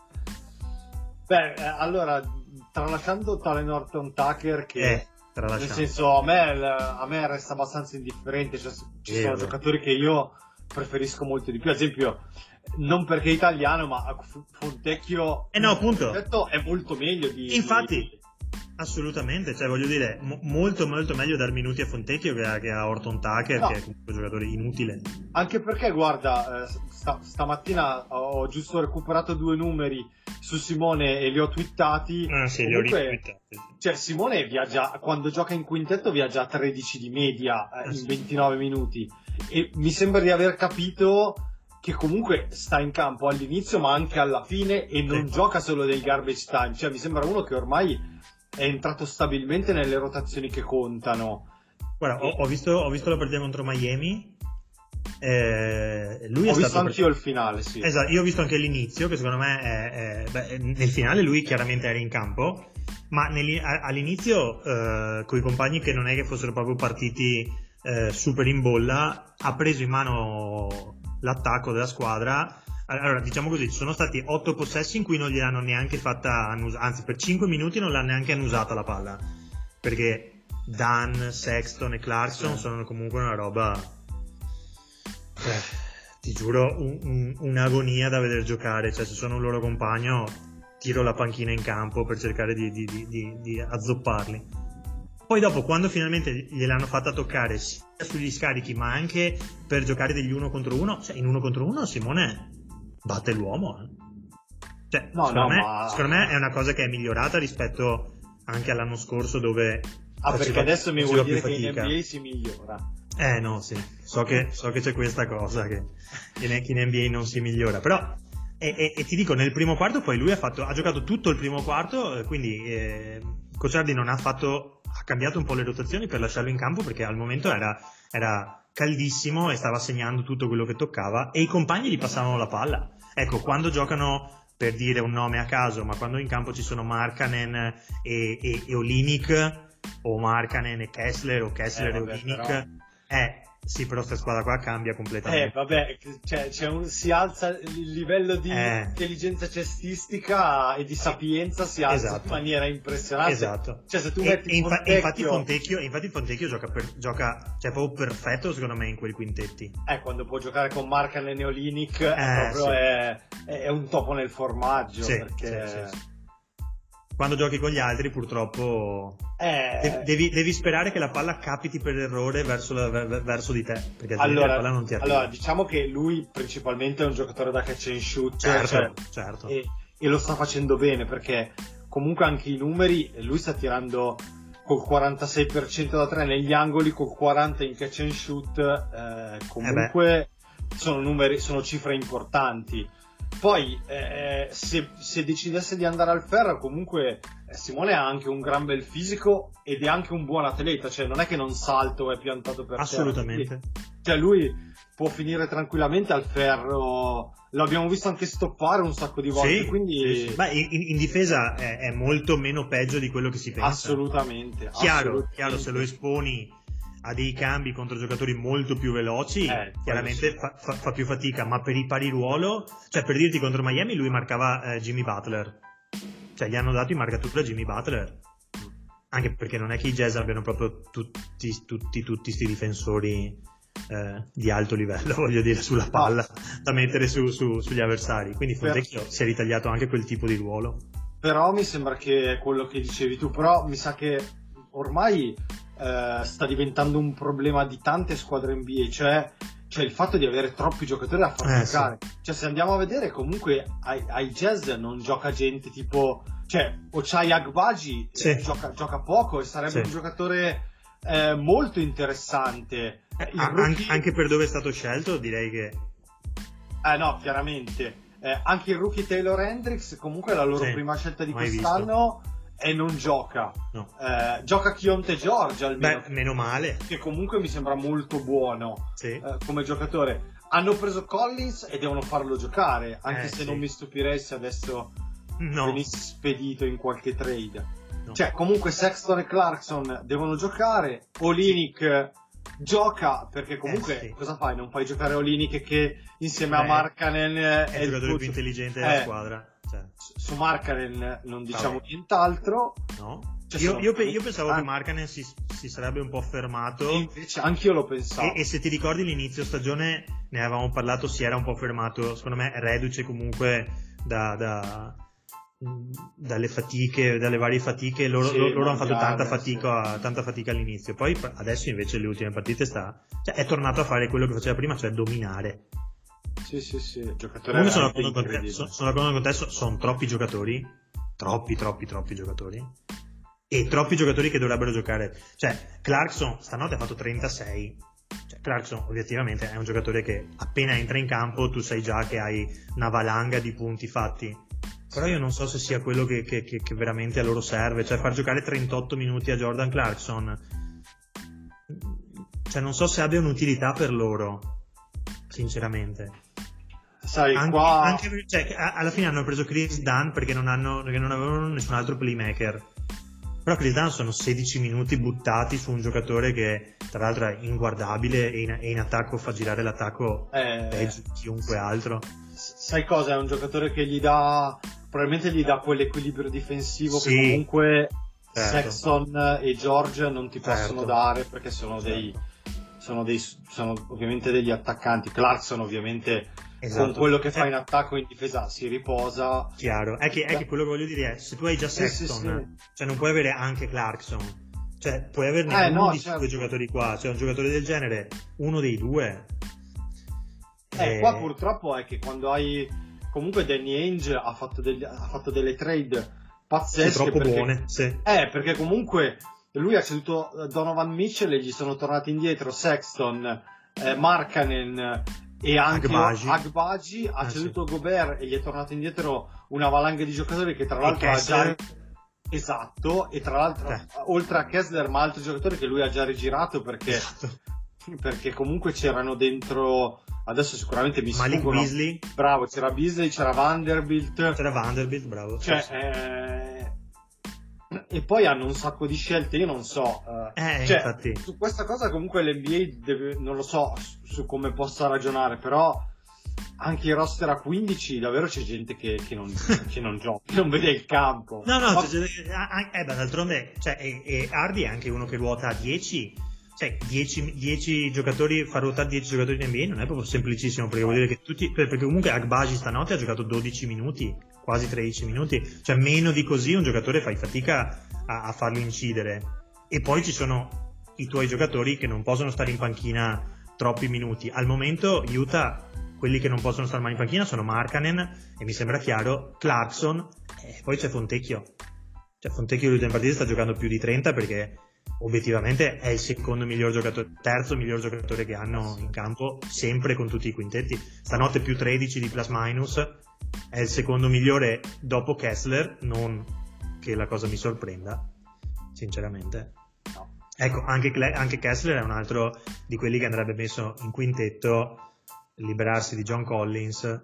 Beh, allora, tralasciando tale Horton Tucker che eh, nel senso a me, a me resta abbastanza indifferente, cioè, ci eh, sono beh. giocatori che io preferisco molto di più, ad esempio non perché è italiano, ma Fontecchio eh no, appunto. è molto meglio di infatti di... assolutamente, cioè voglio dire mo- molto molto meglio dar minuti a Fontecchio che a, che a Horton Tucker, no. che è comunque un giocatore inutile, anche perché guarda, sta, stamattina ho giusto recuperato due numeri su Simone e li ho twittati. Ah, sì, comunque, li ho retweetati. Cioè Simone viaggia, quando gioca in quintetto viaggia a tredici di media eh, in ventinove minuti e mi sembra di aver capito che comunque sta in campo all'inizio ma anche alla fine e non sì. gioca solo dei garbage time, cioè mi sembra uno che ormai è entrato stabilmente nelle rotazioni che contano. Guarda, ho, ho, visto, ho visto la partita contro Miami, eh, lui ho è visto stato anch'io per... il finale, sì. Esatto, io ho visto anche l'inizio, che secondo me è, è, beh, nel finale lui chiaramente era in campo, ma all'inizio eh, con i compagni che non è che fossero proprio partiti eh, super in bolla, ha preso in mano l'attacco della squadra. Allora, diciamo così, ci sono stati otto possessi in cui non gliel'hanno neanche fatta annusare, anzi per cinque minuti non l'hanno neanche annusata la palla, perché Dan, Sexton e Clarkson sì. sono comunque una roba, eh, ti giuro, un, un, un'agonia da vedere giocare. Cioè, se sono un loro compagno tiro la panchina in campo per cercare di, di, di, di, di azzopparli. Poi dopo, quando finalmente gliel'hanno fatta toccare sia sugli scarichi ma anche per giocare degli uno contro uno, cioè in uno contro uno Simone batte l'uomo, eh. Cioè, no, secondo, no, me, ma... secondo me è una cosa che è migliorata rispetto anche all'anno scorso, dove ah perché faceva, adesso mi vuoi dire fatica. Che in N B A si migliora? Eh no, sì, so che, so che c'è questa cosa che in N B A non si migliora, però e, e, e ti dico, nel primo quarto poi lui ha fatto ha giocato tutto il primo quarto, quindi eh, Cocciardi non ha fatto ha cambiato un po' le rotazioni per lasciarlo in campo, perché al momento era, era caldissimo e stava segnando tutto quello che toccava e i compagni gli passavano la palla. Ecco, quando giocano, per dire un nome a caso, ma quando in campo ci sono Markkanen e, e, e Olynyk, o Markkanen e Kessler, o Kessler eh, vabbè, e Olynyk, però... eh sì, però questa squadra qua cambia completamente. Eh, vabbè, cioè, c'è un, si alza il livello di eh. intelligenza cestistica e di sapienza, si alza esatto. in maniera impressionante. Esatto. Cioè, se tu e, metti e infa- Fontecchio... infatti Fontecchio, infatti Fontecchio gioca, per, gioca, cioè, proprio perfetto secondo me in quei quintetti. Eh, quando può giocare con Markkanen e Olynyk, eh, proprio sì. è, è un topo nel formaggio. Sì, perché... sì, sì, sì. Quando giochi con gli altri purtroppo eh... devi, devi sperare che la palla capiti per errore verso, la, verso di te, perché allora, la palla non ti arriva. Allora, diciamo che lui principalmente è un giocatore da catch and shoot, certo, cioè, certo. E, e lo sta facendo bene, perché comunque anche i numeri, lui sta tirando col quarantasei per cento da tre negli angoli, col quaranta per cento in catch and shoot, eh, comunque eh sono numeri, sono cifre importanti. Poi eh, se, se decidesse di andare al ferro, comunque eh, Simone ha anche un gran bel fisico ed è anche un buon atleta, cioè non è che non salta o è piantato per assolutamente terra. Assolutamente. Cioè lui può finire tranquillamente al ferro, l'abbiamo visto anche stoppare un sacco di volte, sì, quindi sì, sì. Beh, in, in difesa è, è molto meno peggio di quello che si pensa. Assolutamente. Chiaro, assolutamente. chiaro, se lo esponi a dei cambi contro giocatori molto più veloci, eh, chiaramente fa, fa, fa più fatica, ma per i pari ruolo, cioè per dirti, contro Miami lui marcava eh, Jimmy Butler, cioè gli hanno dato in marcatura a Jimmy Butler, anche perché non è che i Jazz abbiano proprio tutti tutti tutti sti difensori eh, di alto livello, voglio dire, sulla palla da mettere su, su, sugli avversari, quindi Fontecchio si è ritagliato anche quel tipo di ruolo. Però mi sembra che è quello che dicevi tu, però mi sa che ormai Uh, sta diventando un problema di tante squadre N B A, cioè, cioè il fatto di avere troppi giocatori da far eh, giocare. Sì. Cioè, se andiamo a vedere, comunque ai, ai Jazz non gioca gente tipo, cioè Ochai Agbaji sì. gioca, gioca poco e sarebbe sì. un giocatore eh, molto interessante. Eh, rookie... Anche per dove è stato scelto, direi che eh no, chiaramente eh, anche il rookie Taylor Hendricks comunque è la loro sì. prima scelta di quest'anno visto. E non gioca, no. eh, gioca Kionte George almeno. Beh, meno male, che comunque mi sembra molto buono sì. eh, come giocatore. Hanno preso Collins e devono farlo giocare, anche eh, se sì. non mi stupirei se adesso no. venisse spedito in qualche trade. No. Cioè, comunque Sexton e Clarkson devono giocare. Olynyk gioca, perché comunque eh, sì. cosa fai? Non fai giocare Olynyk che insieme Beh, a Markkanen è, è il giocatore più intelligente della eh, squadra. Cioè. Su Markkanen non diciamo Vabbè. nient'altro. No. Cioè, io, sono... io, io pensavo ah. che Markkanen si, si sarebbe un po' fermato. E invece anch'io lo pensavo. E, e se ti ricordi l'inizio stagione ne avevamo parlato, si era un po' fermato. Secondo me reduce comunque da, da, dalle fatiche, dalle varie fatiche. Loro, sì, loro, loro hanno fatto tanta sì. fatica, tanta fatica all'inizio. Poi adesso invece le ultime partite sta, cioè, è tornato a fare quello che faceva prima, cioè dominare. Sì, sì, sì, giocatore. Comunque sono d'accordo con te, sono, sono d'accordo con te, sono, sono troppi giocatori, troppi, troppi, troppi giocatori, e troppi giocatori che dovrebbero giocare. Cioè, Clarkson stanotte ha fatto trentasei, Cioè, Clarkson obiettivamente è un giocatore che appena entra in campo tu sai già che hai una valanga di punti fatti, però io non so se sia quello che, che, che, che veramente a loro serve, cioè far giocare trentotto minuti a Jordan Clarkson, cioè non so se abbia un'utilità per loro, sinceramente. Sai, anche, qua... anche, cioè, alla fine hanno preso Chris Dunn perché non, hanno, perché non avevano nessun altro playmaker, però Chris Dunn sono sedici minuti buttati su un giocatore che tra l'altro è inguardabile e in, e in attacco fa girare l'attacco eh, peggio di chiunque altro. Sai cosa? È un giocatore che gli dà, probabilmente gli dà quell'equilibrio difensivo sì, che comunque certo. Sexton e George non ti certo. possono dare, perché sono certo. dei sono dei sono ovviamente degli attaccanti. Clarkson ovviamente esatto. con quello che fa eh. in attacco e in difesa si riposa. Chiaro, è che, è che quello che voglio dire è, se tu hai già Sexton, sì, sì, sì. cioè non puoi avere anche Clarkson, cioè puoi averne eh, uno no, di certo. due giocatori qua, cioè un giocatore del genere, uno dei due. Eh, eh... qua purtroppo è che quando hai comunque Danny Ainge ha fatto, degli, ha fatto delle trade pazzesche, troppo perché, buone, sì. eh, perché comunque lui ha ceduto Donovan Mitchell e gli sono tornati indietro Sexton, eh, Markkanen e anche Agbaji, Agbaji ha ah, ceduto sì. Gobert e gli è tornato indietro una valanga di giocatori che tra l'altro ha già esatto e tra l'altro eh. oltre a Kessler ma altri giocatori che lui ha già rigirato perché esatto. perché comunque c'erano dentro, adesso sicuramente mi Malik sfuggono, Beasley, bravo, c'era Beasley, c'era Vanderbilt, c'era Vanderbilt, bravo, cioè, sì. eh... e poi hanno un sacco di scelte, io non so, eh, cioè, infatti. su questa cosa comunque l'N B A deve, non lo so su come possa ragionare, però anche i roster a quindici davvero c'è gente che, che, non, che non gioca, non vede il campo. No, no, Ma... c'è gente che, eh, beh, d'altronde, cioè, e, e Hardy è anche uno che ruota a dieci, cioè dieci, dieci giocatori, far ruotare dieci giocatori in N B A non è proprio semplicissimo, perché vuol dire che tutti, perché comunque Agbaji stanotte ha giocato dodici minuti, quasi tredici minuti, cioè meno di così un giocatore fai fatica a, a farlo incidere. E poi ci sono i tuoi giocatori che non possono stare in panchina troppi minuti. Al momento Utah, quelli che non possono stare mai in panchina sono Markkanen, e mi sembra chiaro, Clarkson, e poi c'è Fontecchio. Cioè Fontecchio l'ultima partita sta giocando più di trenta perché obiettivamente è il secondo miglior giocatore, terzo miglior giocatore che hanno in campo, sempre con tutti i quintetti. Stanotte più tredici di plus minus, è il secondo migliore dopo Kessler, non che la cosa mi sorprenda, sinceramente. No. Ecco, anche, anche Kessler è un altro di quelli che andrebbe messo in quintetto, liberarsi di John Collins.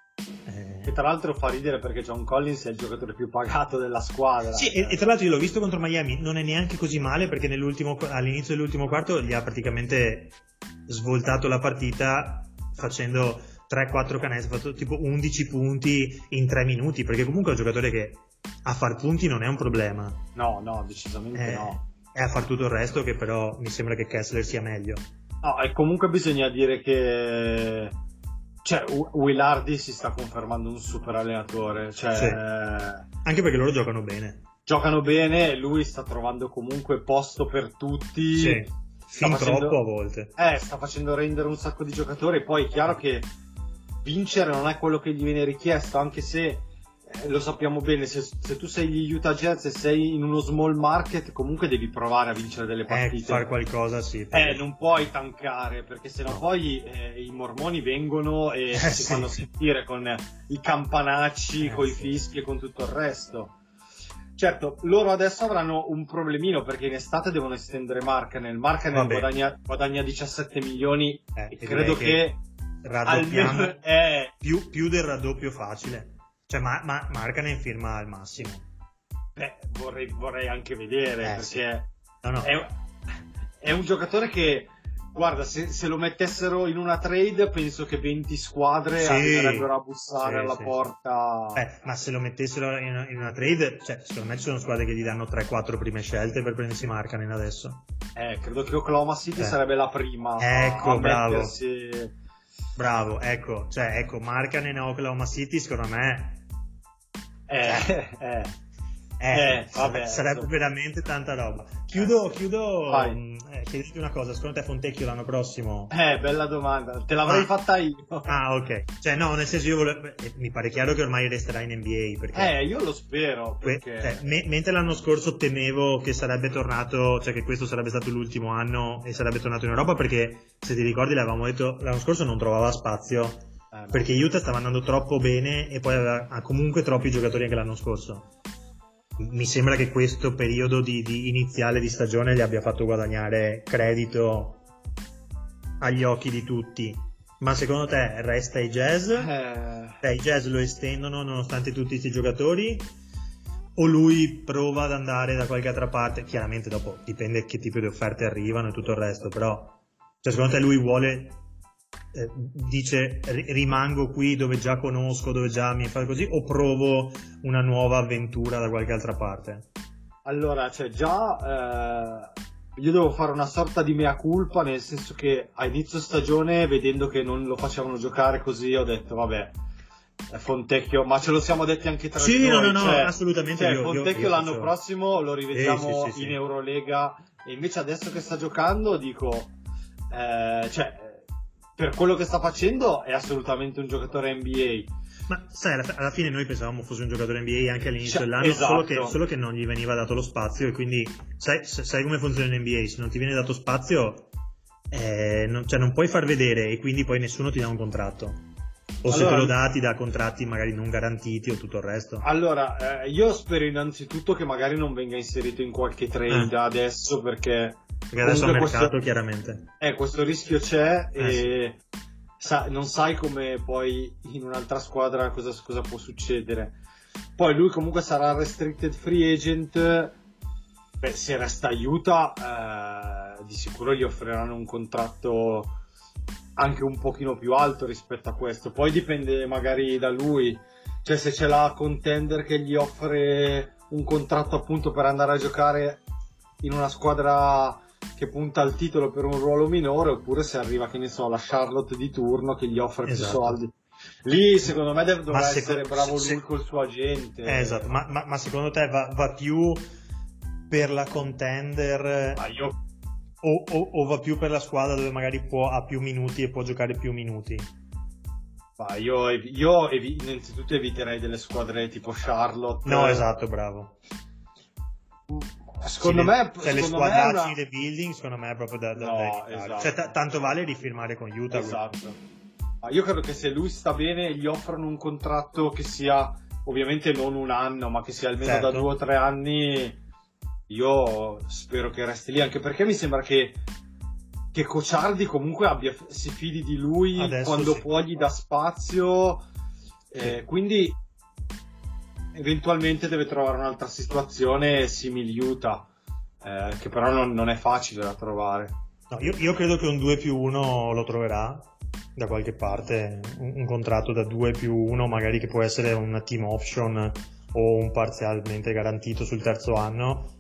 Eh... Che tra l'altro fa ridere perché John Collins è il giocatore più pagato della squadra. Sì, e, e tra l'altro io l'ho visto contro Miami, non è neanche così male perché nell'ultimo, all'inizio dell'ultimo quarto gli ha praticamente svoltato la partita facendo tre quattro canestri, ha fatto tipo undici punti in tre minuti, perché comunque è un giocatore che a far punti non è un problema. No, no, decisamente eh, no. È a far tutto il resto che però mi sembra che Kessler sia meglio. No, e comunque bisogna dire che cioè Will Hardy si sta confermando un super allenatore, cioè sì. Anche perché loro giocano bene. Giocano bene, lui sta trovando comunque posto per tutti. Sì, fin facendo, troppo a volte. Eh, sta facendo rendere un sacco di giocatori, poi è chiaro che vincere non è quello che gli viene richiesto, anche se eh, lo sappiamo bene, se, se tu sei gli Utah Jazz e sei in uno small market comunque devi provare a vincere delle partite. Eh, fare qualcosa, sì. Perché... Eh, non puoi tankare, perché sennò no. poi eh, i mormoni vengono e eh, si sì. fanno sentire con i campanacci, eh, con i sì. fischi e con tutto il resto. Certo, loro adesso avranno un problemino perché in estate devono estendere Markkanen. Markkanen guadagna, guadagna diciassette milioni eh, e credo che, che raddoppiamo almeno è più, più del raddoppio facile. Cioè ma, ma Markkanen firma al massimo. Beh, vorrei, vorrei anche vedere eh, perché sì. no, no. È, è un giocatore che, guarda, se, se lo mettessero in una trade penso che venti squadre sì. arriverebbero a bussare sì, alla sì, porta. Sì. Eh, ma se lo mettessero in una, in una trade, cioè secondo me ci sono squadre che gli danno tre quattro prime scelte per prendersi Markkanen adesso. Eh, credo che Oklahoma City eh. sarebbe la prima. Ecco, a bravo. Mettersi... Bravo, ecco, cioè ecco, Markkanen a Oklahoma City secondo me Eh, eh. Eh, Eh, vabbè, sarebbe insomma. veramente tanta roba. Chiudo, chiudo Vai. mh, eh, chiediti una cosa, secondo te Fontecchio l'anno prossimo? Eh, bella domanda, te l'avrei Ah. fatta io. Ah, ok. Cioè, no, nel senso io volevo... eh, mi pare chiaro che ormai resterà in N B A, perché... Eh, io lo spero, Que- perché... cioè, me- mentre l'anno scorso temevo che sarebbe tornato, cioè che questo sarebbe stato l'ultimo anno e sarebbe tornato in Europa, perché se ti ricordi l'avevamo detto l'anno scorso non trovava spazio, eh, no. perché Utah stava andando troppo bene e poi aveva ha comunque troppi giocatori anche l'anno scorso. Mi sembra che questo periodo di, di iniziale di stagione gli abbia fatto guadagnare credito agli occhi di tutti. Ma secondo te resta i Jazz? Eh, Cioè, i Jazz lo estendono nonostante tutti questi giocatori, o lui prova ad andare da qualche altra parte? Chiaramente dopo dipende che tipo di offerte arrivano e tutto il resto, però cioè, secondo te lui vuole eh, dice ri- rimango qui dove già conosco, dove già mi fa così, o provo una nuova avventura da qualche altra parte? allora, cioè già eh, io devo fare una sorta di mea culpa, nel senso che a inizio stagione, vedendo che non lo facevano giocare così, ho detto vabbè, è Fontecchio, ma ce lo siamo detti anche tra Sì, di noi, no, no, no, cioè, assolutamente. cioè, io, io- Fontecchio io l'anno faccio- prossimo lo rivediamo Sì, sì, sì, in sì. Eurolega, e invece adesso che sta giocando dico eh, cioè per quello che sta facendo è assolutamente un giocatore N B A. Ma sai, alla, alla fine noi pensavamo fosse un giocatore N B A anche all'inizio Cioè, dell'anno, solo, esatto. che, solo che non gli veniva dato lo spazio, e quindi sai, sai come funziona in N B A, se non ti viene dato spazio eh, non, cioè non puoi far vedere, e quindi poi nessuno ti dà un contratto, o se Allora- te lo dà ti dà contratti magari non garantiti o tutto il resto. Allora, eh, io spero innanzitutto che magari non venga inserito in qualche trade Eh. adesso, perché Perché adesso al comunque mercato questo, chiaramente eh, questo rischio c'è, Eh, e sa- non sai come poi in un'altra squadra cosa, cosa può succedere. Poi lui comunque sarà restricted free agent. Beh, se resta a Utah eh, di sicuro gli offriranno un contratto anche un pochino più alto rispetto a questo. Poi dipende magari da lui, cioè se c'è la contender che gli offre un contratto appunto per andare a giocare in una squadra che punta al titolo per un ruolo minore, oppure se arriva, che ne so, la Charlotte di turno che gli offre più Esatto. soldi. Lì secondo me deve, dovrà Ma seco- essere bravo se- lui col suo agente. Eh, esatto, ma, ma- ma secondo te va, va più per la contender Ma io o, o- o va più per la squadra dove magari può, ha più minuti e può giocare più minuti? Ma io, evi- io evi- innanzitutto eviterei delle squadre tipo Charlotte. No, esatto, bravo. Secondo Sì, me, le, cioè, le secondo me è squadracci, una- le building, secondo me è proprio da, da, No, da evitare. esatto. Cioè, t- tanto vale rifirmare con Utah. Esatto. Ma io credo che se lui sta bene gli offrono un contratto che sia ovviamente non un anno, ma che sia almeno Certo. da due o tre anni. Io spero che resti lì, anche perché mi sembra che che Cocciardi comunque abbia, si fidi di lui Adesso quando sì. può, gli dà spazio, eh, quindi eventualmente deve trovare un'altra situazione simil Utah, eh, che però non, non è facile da trovare. No, io, io credo che un due più uno lo troverà da qualche parte, un, un contratto da due più uno, magari che può essere una team option o un parzialmente garantito sul terzo anno.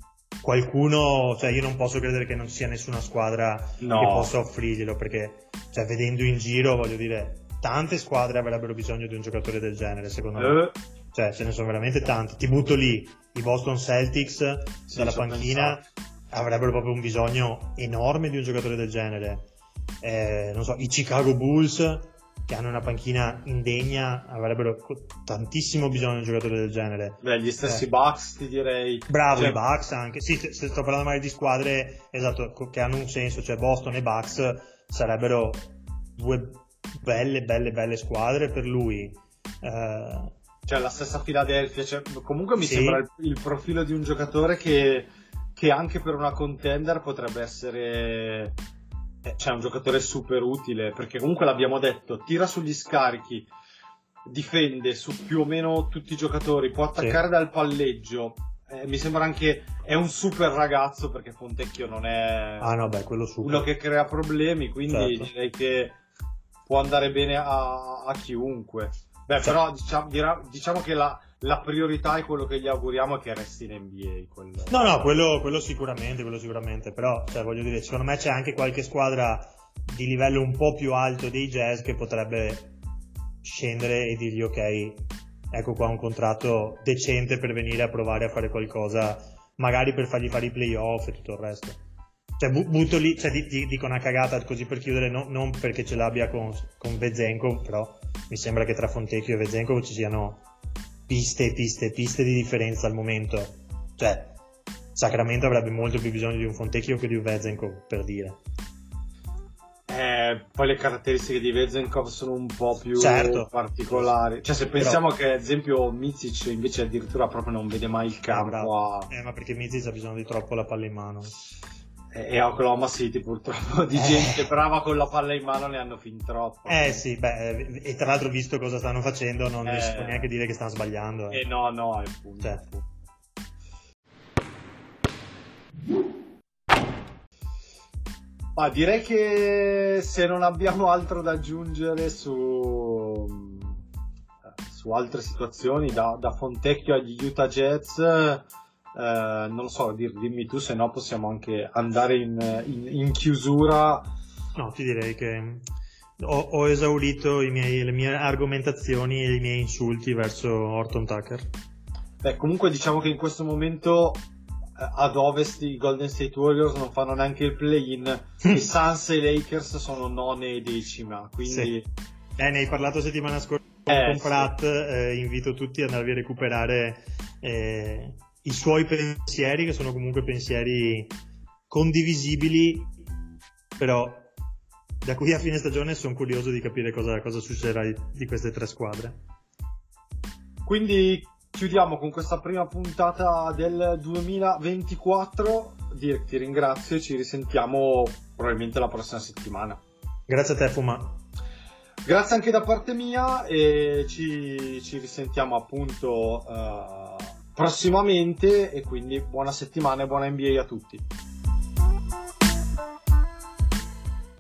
Qualcuno, cioè io non posso credere che non ci sia nessuna squadra No. che possa offrirglielo, perché cioè, vedendo in giro, voglio dire, tante squadre avrebbero bisogno di un giocatore del genere, secondo me. Eh, Cioè, ce ne sono veramente tanti. Ti butto lì i Boston Celtics Sì, dalla ci ho panchina, pensato. avrebbero proprio un bisogno enorme di un giocatore del genere. Eh, non so, i Chicago Bulls, che hanno una panchina indegna, avrebbero co- tantissimo bisogno di un giocatore del genere. beh, gli stessi Eh. Bucks, ti direi. Bravo, Cioè, i Bucks anche. Sì, se se sto parlando magari di squadre, esatto, co- che hanno un senso, cioè Boston e Bucks sarebbero due belle, belle, belle squadre per lui. Eh, cioè la stessa Philadelphia, cioè, comunque mi Sì. sembra il, il profilo di un giocatore che, che anche per una contender potrebbe essere, eh, cioè un giocatore super utile, perché comunque l'abbiamo detto, tira sugli scarichi, difende su più o meno tutti i giocatori, può attaccare Sì. dal palleggio, eh, mi sembra anche, è un super ragazzo, perché Fontecchio non è ah no, beh, quello super. uno che crea problemi, quindi Certo. direi che può andare bene a, a chiunque. Beh, Cioè- però diciamo, dirà- diciamo che la, la priorità è quello che gli auguriamo, è che resti in N B A. Quello. No, no, quello, quello sicuramente, quello sicuramente, però, cioè, voglio dire, secondo me c'è anche qualche squadra di livello un po' più alto dei Jazz che potrebbe scendere e dirgli ok, ecco qua un contratto decente per venire a provare a fare qualcosa, magari per fargli fare i playoff e tutto il resto. Cioè bu- butto lì, cioè di- di- dico una cagata così per chiudere, no, non perché ce l'abbia con, con Vezenkov, però mi sembra che tra Fontecchio e Vezenkov ci siano piste e piste e piste di differenza al momento. Cioè Sacramento avrebbe molto più bisogno di un Fontecchio che di un Vezenkov, per dire. Eh, poi le caratteristiche di Vezenkov sono un po' più certo. particolari. Cioè, se pensiamo Però... che ad esempio Micic invece addirittura proprio non vede mai il campo. Eh, a... eh ma perché Micic ha bisogno di troppo la palla in mano. E a Oklahoma City purtroppo di eh. gente brava con la palla in mano ne hanno fin troppo. Eh sì, beh, e tra l'altro visto cosa stanno facendo non eh. si può neanche dire che stanno sbagliando. Eh, eh no, no, è appunto. Cioè. Ma direi che se non abbiamo altro da aggiungere su, su altre situazioni, da, da Fontecchio agli Utah Jazz, eh, non so, dimmi tu, se no possiamo anche andare in, in, in chiusura. No, ti direi che ho, ho esaurito i miei, le mie argomentazioni e i miei insulti verso Horton Tucker. Beh, comunque diciamo che in questo momento ad ovest i Golden State Warriors non fanno neanche il play-in, i Suns e i Lakers sono none e decima, quindi sì. eh, ne hai parlato settimana scorsa eh, con Pratt, sì. eh, invito tutti ad andarvi a recuperare eh, i suoi pensieri, che sono comunque pensieri condivisibili, però da qui a fine stagione sono curioso di capire cosa, cosa succederà di, di queste tre squadre. Quindi chiudiamo con questa prima puntata del duemilaventiquattro. Dirk, ti ringrazio e ci risentiamo probabilmente la prossima settimana. Grazie a te, Fuma. Grazie anche da parte mia e ci, ci risentiamo appunto uh, prossimamente, e quindi buona settimana e buona N B A a tutti.